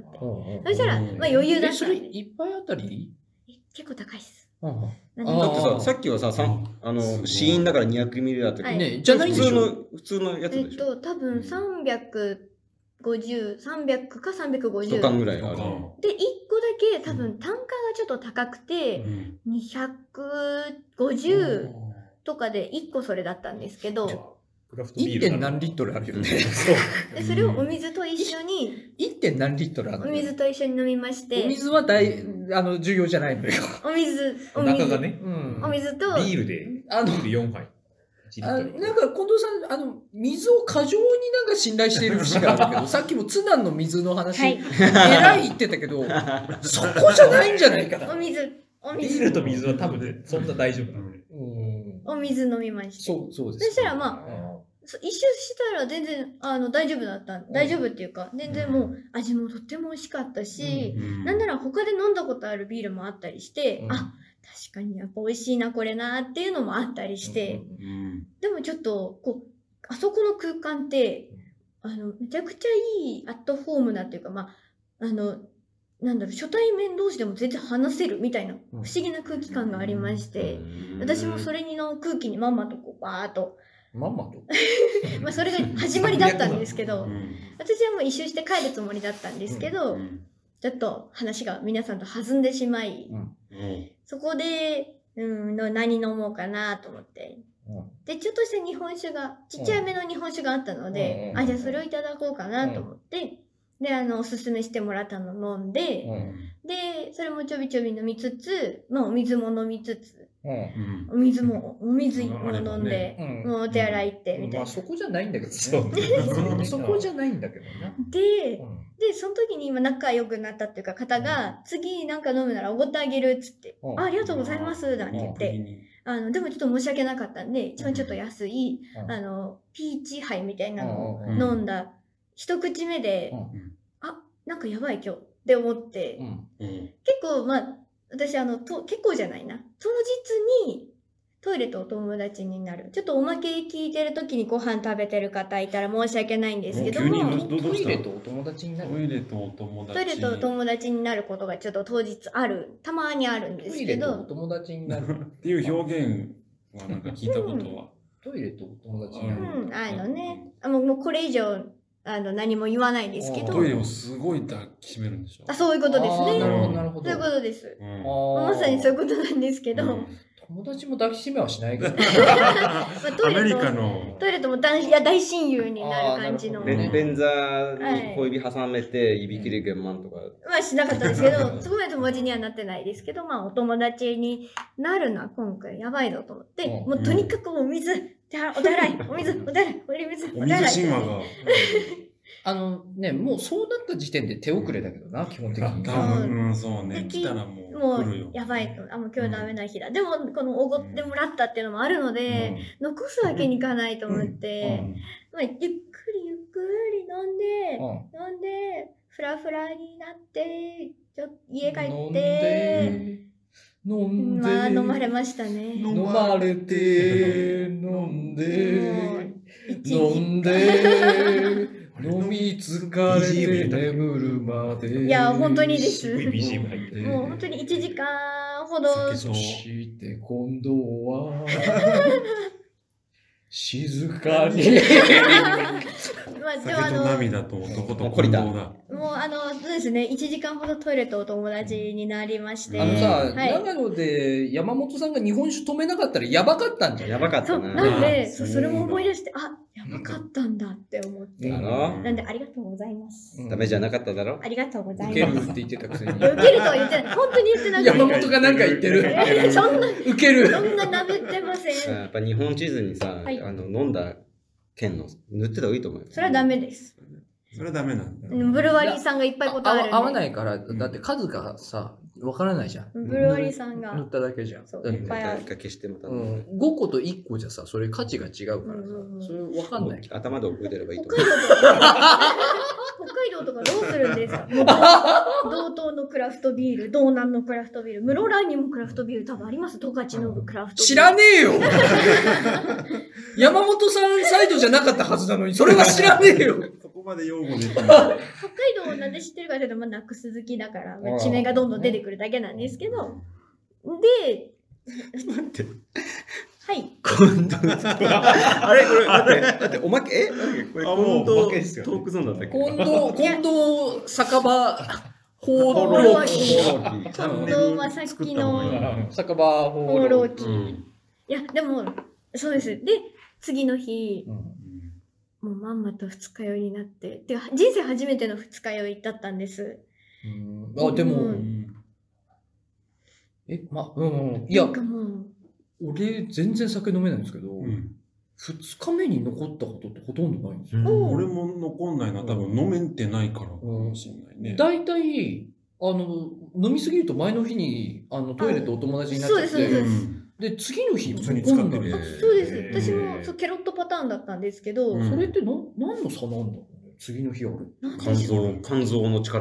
そしたら、まあ余裕だったんで。 それ一杯あたり結構高いっす。 だってさ、さっきはさ、あの、死因だからにひゃくミリリットルだったけど、じゃないんでしょ？普通のやつでしょ？えっと、 多分さんびゃくごじゅう、さんびゃくかさんびゃくごじゅう。 とかぐらいある。 で、いっこだけ多分単価がちょっと高くて、にひゃくごじゅうとかでいっこそれだったんですけど、 いってん何リットルあるよね。 でそれをお水と一緒にいってん何リットルあるの？ お水と一緒に飲みまして、 お水は大あの重要じゃないのよ。 お水お水がね、 お水とビールであのよんはい。 あなんか近藤さんあの水を過剰になんか信頼している節があるけど、さっきも津南の水の話、はい、えらい言ってたけど、そこじゃないんじゃないかな。 お水お水ビールと水は多分ねそんな大丈夫なので。 お水飲みました。 そうそうです。 そしたらまあ。一周したら全然あの大丈夫だった大丈夫っていうか全然もう味もとっても美味しかったし、うん、なんなら他で飲んだことあるビールもあったりして、うん、あ確かにやっぱ美味しいなこれなっていうのもあったりして、うん、でもちょっとこうあそこの空間ってあのめちゃくちゃいいアットホームなっていうか、まああのなんだろう、初対面同士でも全然話せるみたいな不思議な空気感がありまして、うん、私もそれにの空気にまんまとこうバーっとまんまとまあそれが始まりだったんですけど、うん、私はもう一周して帰るつもりだったんですけど、うん、ちょっと話が皆さんと弾んでしまい、うん、そこで、うん、何飲もうかなと思って、うん、でちょっとした日本酒がちっちゃいめの日本酒があったので、うん、あじゃあそれをいただこうかなと思って、うん、であのおすすめしてもらったの飲んで、うん、でそれもちょびちょび飲みつつ、まあ、お水も飲みつつ、うん、お水もお水も飲んで、うん、もうお手洗い行ってみたいな、 まあ、そこじゃないんだけどねそこじゃないんだけどなで、うん、でその時に今仲良くなったっていうか方が、うん、次なんか飲むならおごってあげるっつって、うん、あ, ありがとうございますなんて言って、うん、あのでもちょっと申し訳なかったんで一番ちょっと安い、うん、あのピーチハイみたいなのを飲んだ、うん、一口目で、うん、あなんかやばい今日って思って、うんうん、結構まあ私あのと結構じゃないな当日にトイレとお友達になる、ちょっとおまけ聞いてる時にご飯食べてる方いたら申し訳ないんですけども、 トイレとお友達になるトイレとお友達トイレとお友達になることがちょっと当日ある、たまにあるんですけど、 トイレとお友達になるっていう表現はなんか聞いたことは、 うん、トイレとお友達になる、 うん、あのね、あもうもうこれ以上あの何も言わないですけど、 トイレをすごい抱きしめるんでしょ。 あ、そういうことですね。 なるほどなるほど。 そういうことです。うん、まさにそういうことなんですけど、うん、 友達も抱きしめはしないけど、 まあ、トイレとアメリカのトイレとも大いや大親友になる感じの。 ね、便座に小指挟めていびきで玄満とか。 まあしなかったですけど、すごい友達にはなってないですけど、まあお友達になるな今回やばいぞと思って、うん、もうとにかくお水、お手洗い、お水、お手洗い、お水、お手洗い。お水神話が。 あのね、もうそうなった時点で手遅れだけどな、基本的に。 多分、うん、そうね。来たらもうもうやばいと、あもう今日ダメな日だ。うん、でもこのおごってもらったっていうのもあるので、うん、残すわけにいかないと思って、うんまあ、ゆっくりゆっくり飲んで、うん、飲んでフラフラになってちょ家帰って飲んで、 まあ、飲まれましたね。 飲まれて飲んで飲んで飲み疲れて眠るまで。 いや本当にです。 ビージーエム 入ってもう本当にいちじかんほど。 そして今度は静かに。 まあ、 酒と涙と男と混同だ。 もうあのそうですね、いちじかんほどトイレとお友達になりまして、 あのさ、はい、長野で山本さんが日本酒止めなかったらやばかったんじゃん。 やばかったな。なんでそそれも思い出して、あやばかったんだって思って、なんでありがとうございます。 ダメじゃなかっただろ。 ありがとうございます。 受けるって言ってたくせに。 受けるとは言ってない。本当に言ってない。 山本がなんか言ってる。 そんな受ける。 そんな舐めてません。 やっぱ日本地図にさ、はい、あの飲んだ県の塗ってた方がいいと思うよ。 それはダメです。 それはダメなんだ。 ブルワリーさんがいっぱいことあるんで。 合わないから、だって数がさ、わからないじゃん。 ブルワリーさんが。 塗っただけじゃん。 そう、いっぱいある。 消してまた、 うん。ごこといっこじゃさ、それ価値が違うからさ、うんうん、それわかんない。 頭で覚えてればいいと思う。 北海道とかどうするんですか道東のクラフトビール、道南のクラフトビール、室蘭にもクラフトビール多分あります。十勝のクラフトビール。 知らねえよ山本さんサイドじゃなかったはずなのに、それは知らねえよそこまで用語できない。 北海道をなんで知ってるかというと、まあ、ナックス好きだから、まあ、地名がどんどん出てくるだけなんですけど、で、 待って。 はい。 今度あれこれ、待って、待って、おまけ、えこれ、今度、トークゾーンだったっけ今度、今度、酒場、放浪記。 今度はさっきの、 酒場放浪記。いや、でも、そうです。で、次の日、もうまんまと二日酔いになって、で人生初めての二日酔いだったんです。 あ、でも、え、ま、うん、いや、俺全然酒飲めないんですけど、うん、ふつかめに残ったことってほとんどないんですよ。 俺も残んないな、多分飲めてないからかもしれないね。 大体、あの、飲みすぎると前の日にあのトイレとお友達になっちゃって、で、次の日普通に使ってる。 そうです。私もそうケロッとパターンだったんですけど、 それってな何の差なんだろうね、次の日ある。 肝臓、肝臓の力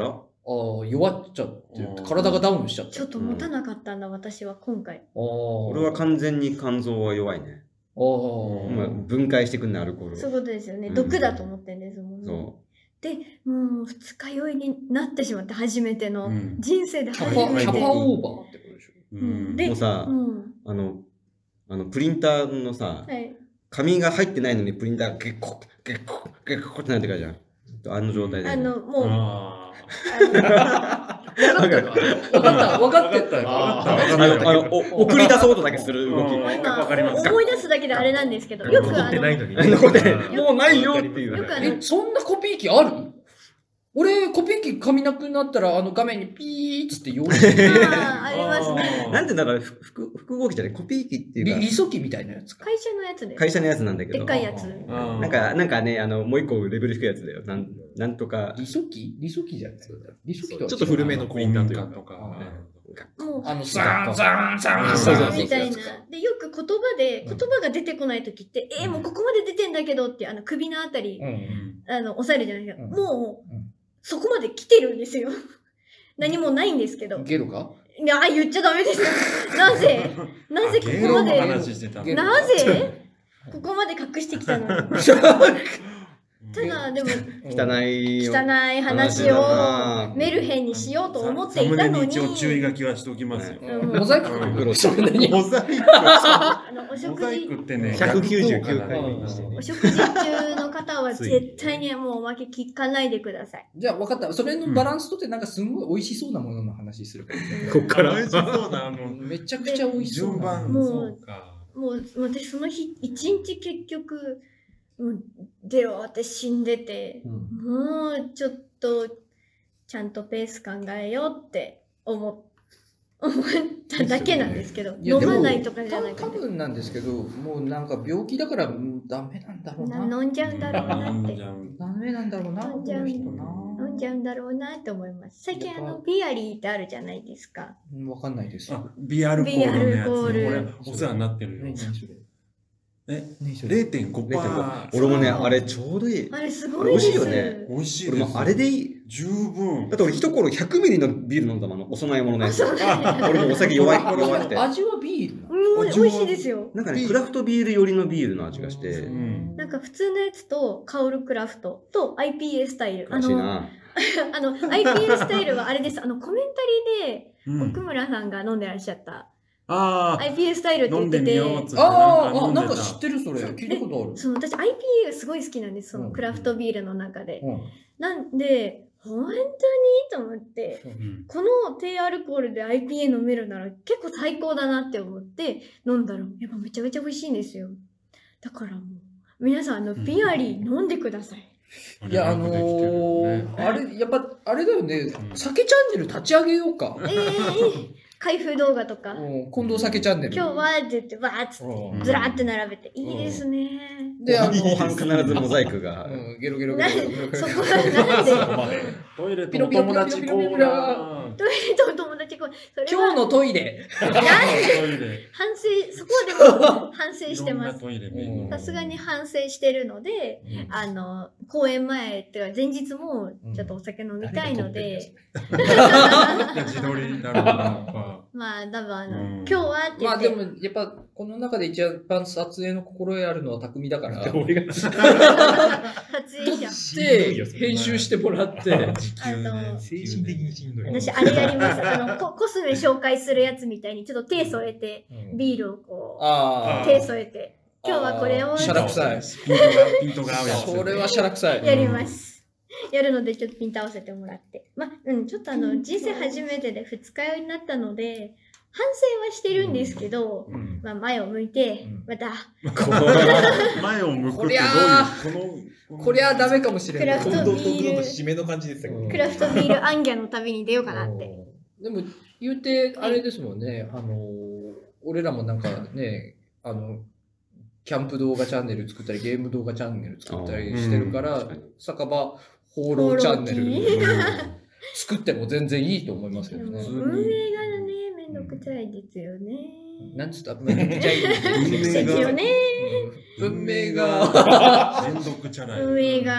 あ弱っちゃって体がダウンしちゃった。 ちょっと持たなかったんだ、私は今回。 俺は完全に肝臓は弱いね。 ああ、 分解してくんね、アルコール。 そういうことですよね。毒だと思ってんですもんね。で、もう二日酔いになってしまって、初めての、人生で初めて。 キャパオーバーってことでしょ。で、もうさ、あの、あの、プリンターのさ、紙が入ってないのにプリンターがゲッコッ、ゲッコッ、ゲッコッってなってからじゃん。あの状態で。 あの、もう、 分かった分かってたよ。 あの、送り出そうとだけする動き。 思い出すだけであれなんですけど、よくあの、 もうないよっていう。 え、そんなコピー機ある？俺、コピー機紙なくなったら、あの画面にピーッつって用意して。 ああ、ありますね。 なんてだから、複合機じゃない、コピー機っていうか。 理想機みたいなやつか。 会社のやつで。 会社のやつなんだけど。 でっかいやつ。 なんか、なんかね、あの、もう一個レベル低いやつだよ。なん、なんとか。 理想機理想機じゃないですか。理想機とちょっと古めのプリンターというか。 もう、 あの、ザーンザーンザーンザーンみたいな。で、よく言葉で、言葉が出てこないときって、え、もうここまで出てんだけどって、あの、首のあたり、あの、押さえるじゃないですか。もう、そこまで来てるんですよ。何もないんですけど。 ゲロか？ いや、言っちゃダメですよ。なぜなぜここまで、なぜここまで隠してきたのに。ただ、でも、 汚い、 汚い話をメルヘンにしようと思っていたのに。 一応注意書きはしておきますよ。 モザイクかけろ、それに。 モザイクあのお食モザイクってね、 ひゃくきゅうじゅうきゅうかい。 お食事中の方は絶対にもうおまけ聞かないでください。 じゃあ分かった。それのバランスとってなんかすごい美味しそうなものの話するから。 こっから美味しそうな、あの、 めちゃくちゃ美味しそうな。 もう、もう私その日、一日結局、もう出終わって死んでて、うん、もうちょっとちゃんとペース考えようって思思っただけなんですけど、ね、飲まないとかじゃないか、 ね、多分なんですけど、もうなんか病気だから、うん、ダメなんだろうな。 飲んじゃうんだろうなって。 ダメなんだろうな。 飲んじゃう飲んじゃうんだろうなって思います。最近あのビアリーってあるじゃないですか。 わかんないです。 ビアルコールのやつ。俺お世話になってるよ。え、れいてんごパーセント。 俺もね、あれちょうどいい。 あれすごいです。 美味しいよね。 美味しい。 俺もあれでいい。 十分。 だって俺一頃ひゃくミリのビール飲んだもん、お供え物のやつ。俺もお酒弱いから弱くて。 味はビールうん、美味しいですよ。 なんかね、クラフトビール寄りのビールの味がして。 なんか普通のやつと、香るクラフトと アイピーエー スタイル。 あの、 あの、アイピーエー スタイルはあれです。あの、コメンタリーで、奥村さんが飲んでらっしゃった。 ああ、 アイピーエー スタイルって言ってて、 ああ、なんか知ってるそれ。聞いたことある。 そう、私 アイピーエー がすごい好きなんです。そのクラフトビールの中で。なんで、本当にと思って、この低アルコールで アイピーエー 飲めるなら結構最高だなって思って飲んだら、やっぱめちゃめちゃ美味しいんですよ。だからもう、皆さん、あの、ビアリー飲んでください。 いや、あのー、あれ、やっぱ、あれだよね、酒チャンネル立ち上げようか。 ええー開封動画とか。 近藤酒チャンネル。 今日はって言って、わーっつって、ずらーって並べて。いいですね。 で、あの、後半必ずモザイクが。 ゲロゲロゲロゲロ。 そこはなんでトイレと友達コーナー。 トイレと友達コーナー。 今日のトイレ。 反省、そこでも反省してます。さすがに反省してるので、あの、公演前っていうか前日もちょっとお酒飲みたいので。 自撮りだろうな。 まあ、多分あの、今日はって言って。 まあでも、やっぱ、この中で一番撮影の心得あるのは匠だから。俺が。撮影者。 で、編集してもらって。 あの、精神的にしんどい。 私、あれやります。あの、コスメ紹介するやつみたいに、ちょっと手添えて、ビールをこう、手添えて、今日はこれを。 シャラ臭い。 ピントが合うやつ。 それはシャラ臭い。 やります。やるのでちょっとピント合わせてもらって。まあ、うん、ちょっとあの、人生初めてで二日酔いになったので、反省はしてるんですけど、うん、まあ前を向いて、また。 前を向くってどういうここりゃダメかもしれない。 クラフトビール、 締めの感じでしたけど。 クラフトビールアンギャの旅に出ようかなって。 でも、言うて、あれですもんね、あの、俺らもなんかね、あの、キャンプ動画チャンネル作ったり、ゲーム動画チャンネル作ったりしてるから、酒場放浪チャンネル作っても全然いいと思いますけどね。 運営がね、めんどくさいですよね。 なんつっためんどくちゃいですよね。 文明が。 めんどくちゃない。 運営が。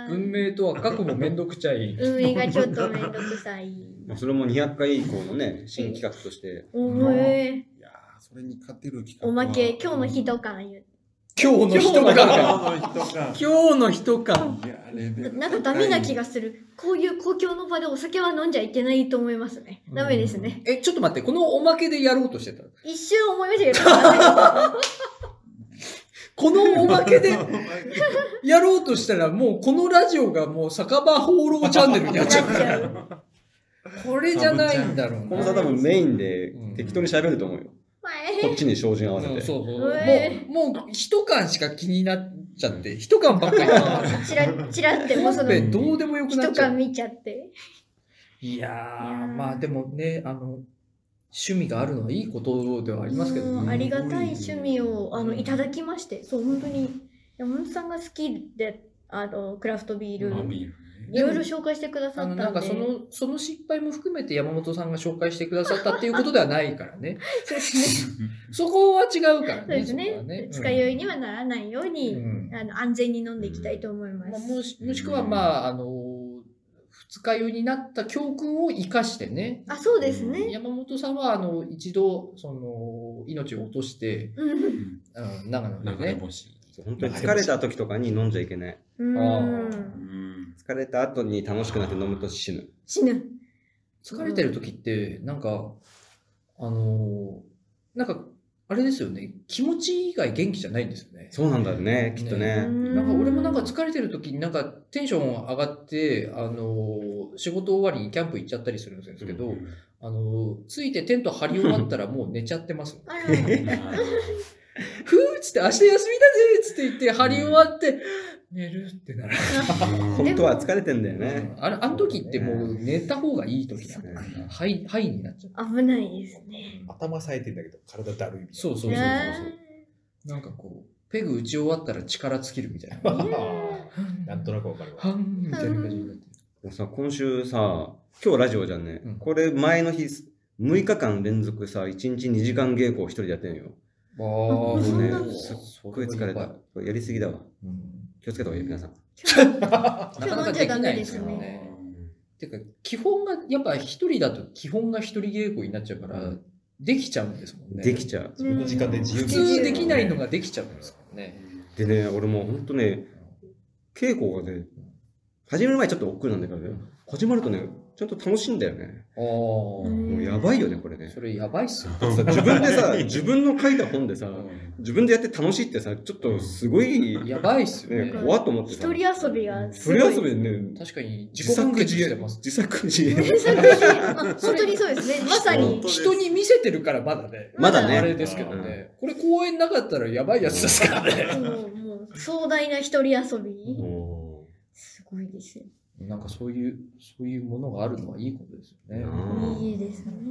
運命とは過去もめんどくちゃい。 運営がちょっとめんどくさい。 それもにひゃっかい以降のね、新企画として。 おえいやー、それに勝てる企画。 おまけ、今日の人感言う。 今日の人感。 今今日の人感。 なんかダメな気がする。こういう公共の場でお酒は飲んじゃいけないと思いますね。ダメですね。 え、ちょっと待って、このおまけでやろうとしてた一瞬思いましたけど。 このおまけでやろうとしたら、もうこのラジオがもう酒場放浪チャンネルになっちゃう。これじゃないんだろうな。 このさ、多分メインで適当に喋ると思うよ。こっちに照準合わせて。 そうそう。もう、もう、一感しか気になっちゃって、一感ばっかり。 チラチラってもうその、 どうでもよくなっちゃう。 一感見ちゃって。 いやー、まあでもね、あの、趣味があるのはいいことではありますけどね。 ありがたい趣味をあのいただきまして、そう、本当に、山本さんが好きで、あの、クラフトビール、いろいろ紹介してくださったんで。 なんかその、その失敗も含めて山本さんが紹介してくださったっていうことではないからね。 そうですね。 そこは違うからね。 そうですね。ね、二日酔いにはならないように、うん、あの安全に飲んでいきたいと思います。 まあ、もしもしくは、まあ、あの、二日酔いになった教訓を生かしてね。 あ、そうですね。 山本さんは、あの、一度、その、命を落として、うん、長野でね。 本当に疲れた時とかに飲んじゃいけない。疲れた後に楽しくなって飲むと死ぬ。 死ぬ。 疲れてる時って、なんか、あの、なんか、あれですよね。気持ち以外元気じゃないんですよね。 そうなんだよね、きっとね。 なんか俺もなんか疲れてる時になんかテンション上がって、あの、仕事終わりにキャンプ行っちゃったりするんですけど、うん、あの、ついてテント張り終わったらもう寝ちゃってます。ふーっつって明日休みだぜっつって言って張り終わって、寝るってなる。 本当は疲れてんだよね。 あれ、あの時ってもう寝た方がいい時だから、はい、はいになっちゃう。 危ないですね。 頭冴えてんだけど、体だるいみたいな。 そうそうそうそう。なんかこう、ペグ打ち終わったら力尽きるみたいな。 なんとなくわかるわ。 はんみたいな感じになってる。さ、今週さ、今日ラジオじゃんね。これ前の日、むいかかん連続さ、いちにちにじかん稽古を一人でやってんよ。 ああ、もうね、すっごい疲れた。やりすぎだわ。気をつけた方がいい、皆さん。 なかなかできないですよね。てか、基本が、やっぱ一人だと基本が一人稽古になっちゃうから、できちゃうんですもんね。 できちゃう。 自分の時間で自由に。 普通できないのができちゃうんですもんね。 でね、俺もほんとね、稽古がね、始める前ちょっと億劫なんだけどね、始まるとね、ちゃんと楽しいんだよね。ああ。もうやばいよね、これね。 それやばいっすよ。 自分でさ、自分の書いた本でさ、自分でやって楽しいってさ、ちょっとすごい。 やばいっすよね。 怖っと思ってさ。一人遊びが。 一人遊びね。 確かに自作自演。 自作自演。 自作自演。本当にそうですね。まさに。 人に見せてるからまだね。 まだね。 あれですけどね。これ公演なかったらやばいやつですからね。 もう壮大な一人遊び。すごいですよ。 なんかそういう、そういうものがあるのはいいことですよね。 いいですね。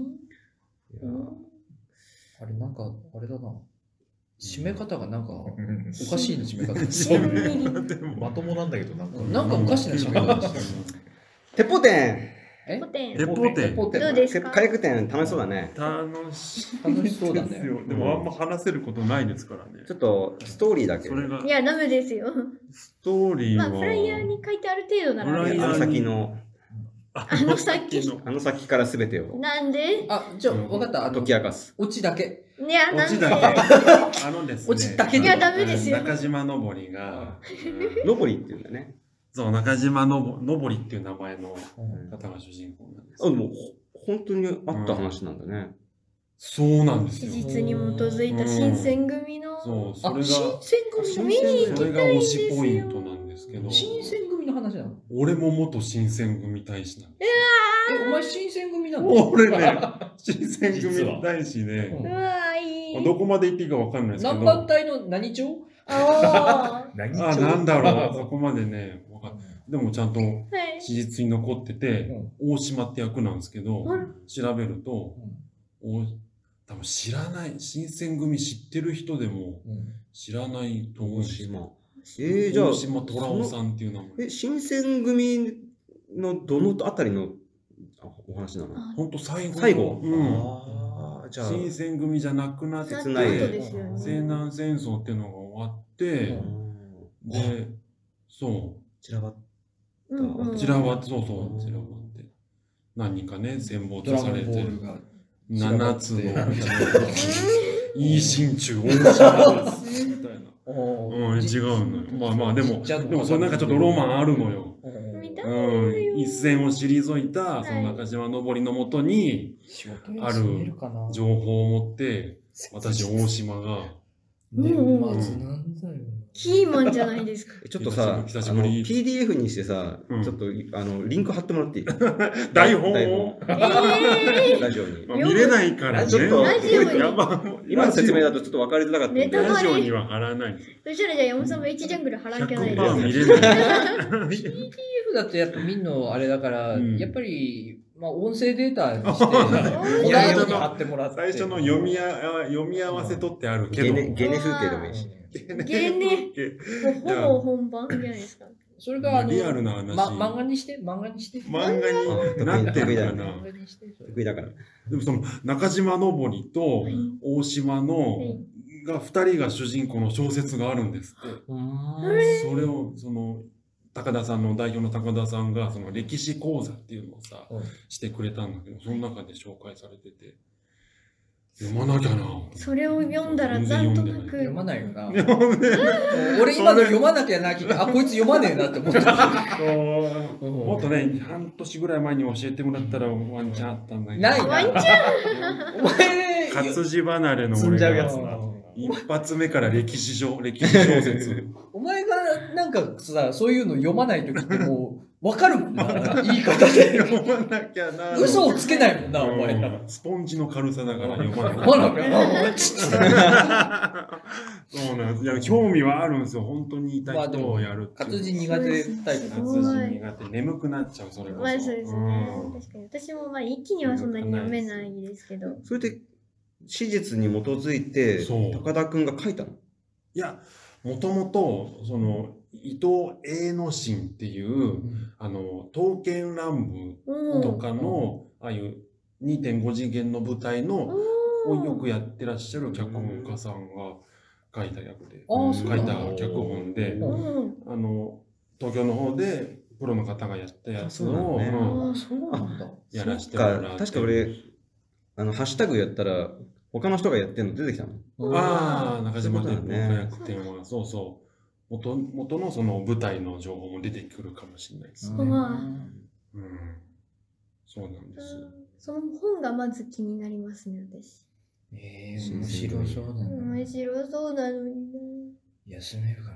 あれなんか、あれだな。締め方がなんか、おかしいな締め方。 まともなんだけど、なんか。 なんかおかしいな締め方ですよ。 鉄砲店鉄砲店。 鉄砲店。 どうですか？ 火薬店楽しそうだね。 楽しい。 楽しそうだね。 でもあんま話せることないですからね。 ちょっとストーリーだけ。 いや、ダメですよ。 ストーリーは。 まあ、フライヤーに書いてある程度なら。 あの先の。 あの先の。あの先からすべてを。 なんで？ あ、じゃあ分かった。 解き明かす。 オチだけ。 いや、なんで？ あのですね。 オチだけ。 いや、ダメですよ。 中島のぼりが。 のぼりっていうんだね。 そう、中島のぼのぼりっていう名前の方が主人公なんです。 あ、でも、本当にあった話なんだね。 そうなんですよ。 史実に基づいた新選組の。 そう、それが。 新選組見に行きたいんですよ。 それが推しポイントなんですけど。 新選組の話なの？ 俺も元新選組大使なんです。 え、お前新選組なの？ 俺ね、新選組大使で。 うわ、いい。 どこまで行っていいかわかんないですけど。 何番隊の何町？ ああ。 あ、なんだろう。そこまでね、わかんない。でもちゃんと史実に残ってて、大島って役なんですけど、調べると、多分知らない、新選組知ってる人でも知らないと思う。大島。えー、じゃあ、大島虎夫さんっていう名前。 え、新選組のどのあたりのお話なの？ ほんと最後。 最後。 うん。じゃあ新選組じゃなくなって、西南戦争っていうのが終わって、で、そう。 散らばっうんうんちらはそうそうちらはって何人かね戦没ドラゴされてンボールがななつのうんいい心中大島ですみたいな。 おーうん、違うのよ。まあまあ、でも、 じゃあでもそれなんかちょっとロマンあるのよ。 見たうん、一線を退いた、その中島のぼりのもとに、 仕事休めるかな。 情報を持って、私、大島が、 年末なんだよ。 キーマンじゃないですか。 ちょっとさ、 久しぶりあの ピーディーエフ にしてさ、 うんちょっとあのリンク貼ってもらっていい台本台を、 えラジオに。 まあ見れないからね。 ちょっとラジオにやば今の説明だとちょっと分かりづらかったんで。 ネタバレラジオには貼らない。 そしたらじゃあ山本さんもいちジャングル払うきゃないひゃくパーです見れない。 ピーディーエフ だとやっぱみんなあれだから、 うんやっぱり、まあ音声データにして、 ー見ないように貼ってもらって。 最初の読みあ読み合わせ取ってあるけど。 ゲネゲネ風景でもいいし。 ゲネもうほぼ本番じゃないですか。 それがあの、 リアルな話ま、漫画にして漫画にして漫画になってるかな。 漫画にしてそれ得意だから。 でもその中島のぼりと大島のはいがふたりが主人公の小説があるんですって。 うーんそれをその高田さんの代表の高田さんがその歴史講座っていうのをさうんしてくれたんだけど、その中で紹介されてて読まなきゃな。 それを読んだらなんとなく読まないよな。 でもね俺今の読まなきゃなきゃ、あ、こいつ読まねえなって思った。 そうもっとね半年ぐらい前に教えてもらったらワンチャンあったんだけど。 ないな。 ワンチお前、 活字離れの積ん俺がじゃうやつだ一発目から歴史上歴史小説。 お前がなんかさ、そういうの読まないときってもう、わかるもんな、言い方で。 読まなきゃな。 嘘をつけないもんな、お前な。 うんスポンジの軽さだから読まない。 読まなきゃな、お前。 そうなんです。いや、興味はあるんですよ。本当に言いたいことをやるっていう。 活字苦手タイプ活字苦手。眠くなっちゃう、それこそ。 まあそうですねうん。 確かに私もまあ一気にはそんなに読めないですけど。 それで史実に基づいてそう高田くんが書いたの？ いや、もともと、その、伊藤栄之進っていう、あの、刀剣乱うん舞とかの、ああいう にてんご 次元の舞台の、をよくやってらっしゃる脚本家さんが書いた役で、 あーそう書いたなんだ脚本で、 うんあの、東京の方でプロの方がやったやつそうなんを、 だねうんあ、そうなんだ。 やらせてそもって。 っから確か俺あのハッシュタグやったら他の人がやってるの出てきたの。 ああ、中島天そうだね皇火薬店は、そうそう。元元のその舞台の情報も出てくるかもしれないです。 うわうん。そうなんです。 その本がまず気になりますね、私。 ええ、面白そうだな。 面白そうなのに休めるかな。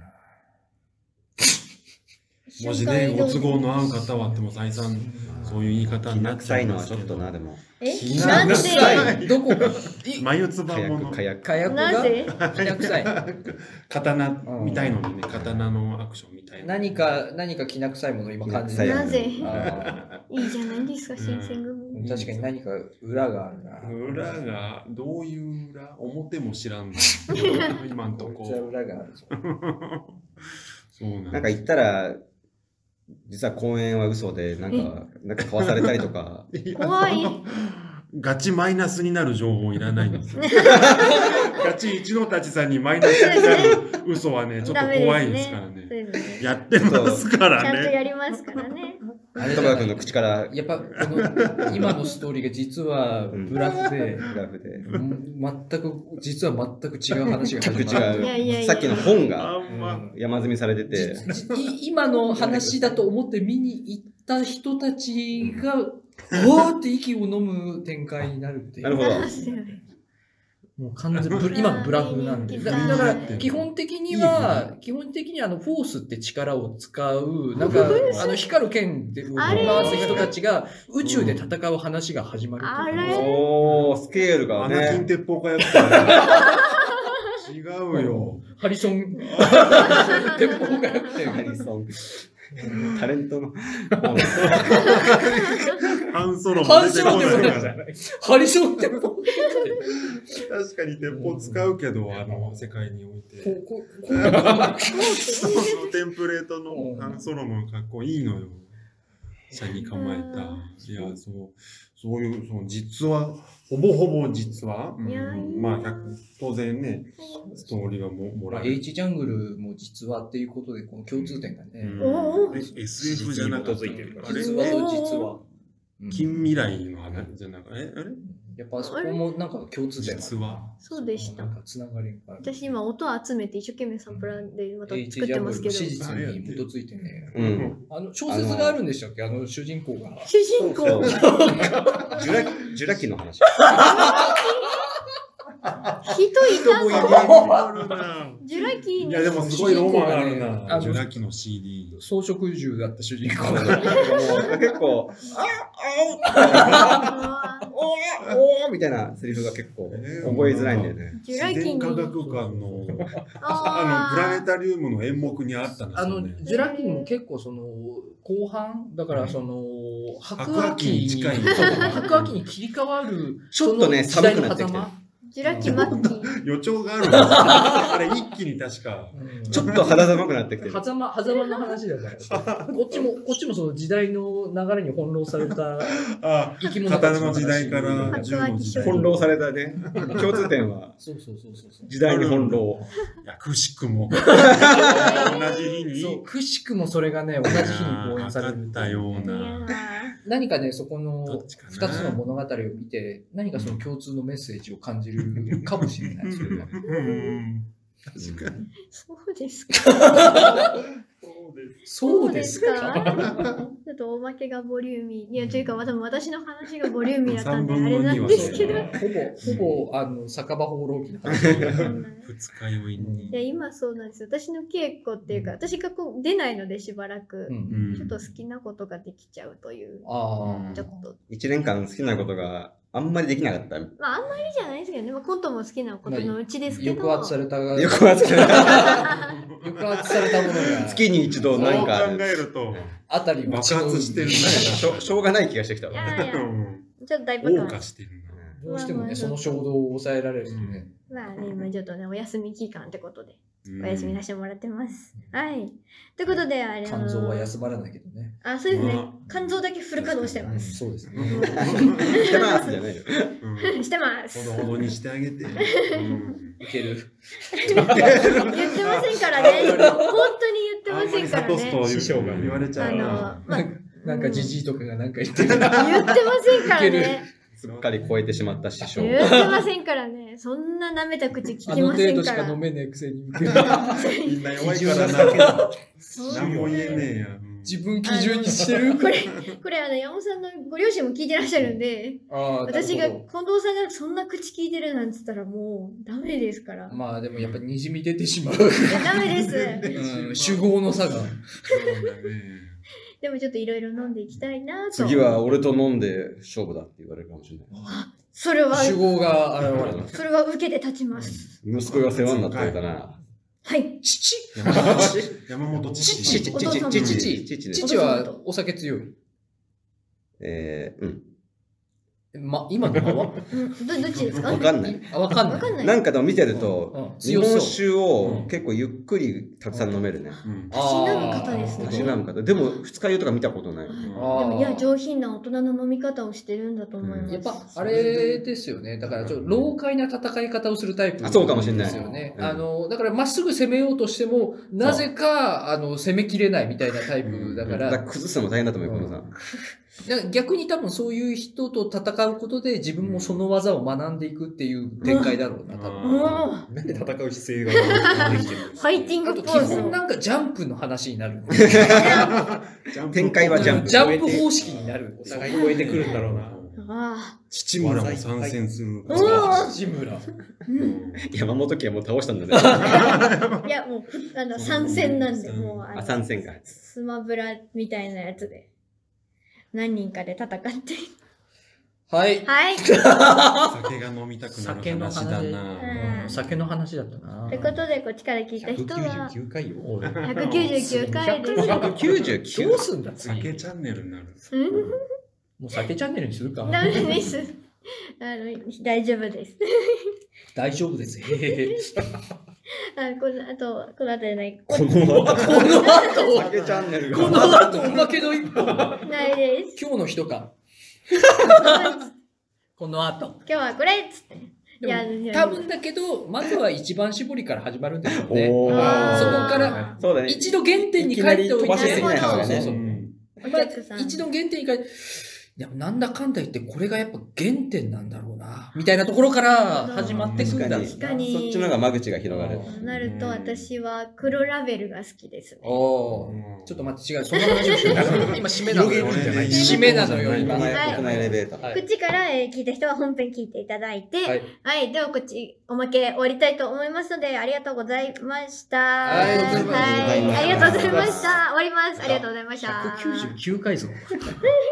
な。 もしね、ご都合の合う方はあっても再三、そういう言い方きになっちゃな臭いのいますけど。 はちょっとなでも。 え気なんで臭いどこが眉唾火もの薬火薬。 火薬がなぜきな臭い。 刀みたいのにね、刀のアクションみたいな。 何か、何かきな臭いものを今感じてる。 なぜあいいじゃないですか、新選ー組。 確かに何か裏があるな。 裏が、どういう裏表も知らんの。今んとここいつ。は裏があるぞ。 そうなんですなんか言ったら実は公演は嘘でなんかなんか買わされたりとか。 怖い。 ガチマイナスになる情報いらないんですよ。ガチ一の立さんにマイナスになる嘘はね、ちょっと怖いですからね。 そうですね。 やってますかちゃらんとね。 やりますからね。 戸川君の口からやっぱこの今のストーリーが実はブラフで、 グラフでうん全く実は全く違う話が全く始まる。 いやいやいや違う。さっきの本があんま、 山積みされてて。 じじ今の話だと思って見に行った人たちが、おーって息を飲む展開になるっていう。 なるほど。 もう完全にブ今のブラフなんで。だだから、基本的には、基本的にはあの、フォースって力を使う、なんか、あの、光る剣で回す人たちが宇宙で戦う話が始まるっていうあれおー、スケールがアナキンね。 鉄砲火薬違うよ。 ハリソン、鉄砲がやってハリソンタレントの。 ハンソロもハン出てこソロでもないから。 ハリソン鉄砲確かに鉄砲使うけど、あの、世界において。 こう、こう、こう、 そのテンプレートのハンソロもかっこいいのよ。 車に構えた。いや、そう、そういう、その実は、ほぼほぼ実は、うん、まあ、当然ね、ストーリーはももらえる。 H ジャングルも実話っていうことで、この共通点がね。 うん、エスエフ じゃなくて、 実話と実話。 近未来の話じゃなくて、えあれやっぱそこもなんか共通点実は。 そうでした。 なんかつながりがある。 私今音集めて一生懸命サンプラーでまた作ってますけど。 史実に基づいてね。 うん。 あの小説があるんでしたっけ、あの主人公が。 主人公。 ジュラジュラ紀の話。 人いたの？ジュラ紀に。 いやでもすごいロマンあるな。ジュラ紀の シーディー。 草食獣だった主人公が結構ああおおみたいなセリフが結構覚えづらいんだよね。 ジュラ紀に科学館のあのプラネタリウムの演目にあったんですよね。 ジュラ紀にも結構その後半だからその白亜紀に近い。 白亜紀に切り替わるちょっとね寒くなってきて。 ジュラ紀末期。 予兆があるんですよ。あれ一気に確か。 ちょっと肌寒くなってきてる。 狭間、狭間の話だから。こっちも、こっちもその時代の流れに翻弄された生き物たちの刀の時代から銃の時代。 翻弄されたね。共通点は。 そうそうそうそう。 時代に翻弄。 いや、くしくも。同じ日に。 そう、くしくもそれがね、同じ日に公演される。 たような。 何かね、そこの二つの物語を見て、何かその共通のメッセージを感じるかもしれない。それは。 確かに。 そうですか。 そうですか。 ちょっとおまけがボリューミー。いや、というか、多分私の話がボリューミーだったんで、あれなんですけど。 ほぼ、ほぼ、あの、酒場放浪記の話。 二日酔いに。 いや、今そうなんですよ。私の稽古っていうか、私がこう出ないのでしばらく、ちょっと好きなことができちゃうという。 ああ。ちょっと。 一年間好きなことが、あんまりできなかった。まあ、あんまりじゃないですけどね。まあ、コントも好きなことのうちですけど。 抑圧された。 抑圧された。 抑圧されたものが。 月に一度何か。 そう考えると。 あたり爆発してるね。 しょうがない気がしてきたわ。 いやいや。ちょっと大爆発。謳歌してるな。どうしてもね、その衝動を抑えられるとね。 まあね、今ちょっとね、お休み期間ってことで、お休みさせてもらってます。はい。ということで、あれ肝臓は休まらないけどね。 あ、そうですね。肝臓だけフル稼働してます。 そうですね。 してますじゃないよ。 してます。 ほどほどにしてあげて。 いける。 言ってませんからね。本当に言ってませんからね。 と師匠が言われちゃう。 なんかじじいとかがなんか言ってる。 言ってませんからね。 すっかり超えてしまった師匠。 言ってませんからね。そんな舐めた口聞きませんから。 あの程度しか飲めねえくせに。 みんな弱いからな。何も言えねえや。 自分基準にしてる。 これ、これあの、山本さんのご両親も聞いてらっしゃるんで、私が、近藤さんがそんな口聞いてるなんつったらもうダメですから。 まあでもやっぱにじみ出てしまう。 ダメです。 主語の差が。 でもちょっといろいろ飲んでいきたいなと。 次は俺と飲んで勝負だって言われるかもしれない。 それは、 主語が現れる。 それは受けて立ちます。 息子が世話になってるかな。 はい。 父山本父。 父、父、父、父、父はお酒強い。 えー、うん。 ま、今のままど、どっちですか？ わかんない。 あ、わかんない。 なんかでも見てると、日本酒を結構ゆっくりたくさん飲めるね。 たしなむ方ですね。 たしなむ方。でも二日酔いとか見たことない。でもいや、上品な大人の飲み方をしてるんだと思います。 やっぱ、あれですよね。だから、ちょっと老快な戦い方をするタイプ。 そうかもしれない。 ですよね。あの、だからまっすぐ攻めようとしても、なぜか、あの、攻めきれないみたいなタイプだから。 だから崩すのも大変だと思うよ、このさ。 逆に多分そういう人と戦うことで自分もその技を学んでいくっていう展開だろうな、多分。 なんで戦う姿勢ができてるファイティングポーズ。基本なんかジャンプの話になる。 展開はジャンプ。 ジャンプ方式になる。 お互い超えてくるんだろうな。 ああ。 父村も参戦する。 父村。 山本家はもう倒したんだね。 いや、もう、あの、参戦なんで、もう、 あ、参戦か。 スマブラみたいなやつで。何人かで戦って。 はい。 はい。 酒が飲みたくなる話だな。 酒の話だったな。 ということで、こっちから聞いた人は。 ひゃくきゅうじゅうきゅうかいよ。 ひゃくきゅうじゅうきゅうかいです。 ひゃくきゅうじゅうきゅうどうすんだ酒チャンネルになる。 もう酒チャンネルにするか。 ダメです。あの、大丈夫です。 大丈夫です。へへへ。 あこの後、この後じゃない。 この後、 この後、 酒チャンネルが。 この後、おまけの一本。 ないです。 今日の人か。この後。 今日はこれっつって。 いや、多分だけど、まずは一番絞りから始まるんですよね。 おーそこからそうだね。 一度原点に帰っておいて、 いきなり飛ばしすぎない方がねそうそうそうおまあ客さん。 一度原点に帰って、でもなんだかんだ言ってこれがやっぱ原点なんだろうなみたいなところから始まってくんだろうな。 確かにそっちの方が間口が広がる。 なると私は黒ラベルが好きですね。 おーちょっと待って違う、その話をしよう。今締めなのよ。 広げるんじゃない締めなのよ今。 国内はい国内エレベーター。 はい口から、えー聞いた人は本編聞いていただいて、 ははいい、ではこっちおまけ終わりたいと思いますので、ありがとうございました。 はいはい、ありがとうございました。終わります。ありがとうございました。 ひゃくきゅうじゅうきゅうかいぞ。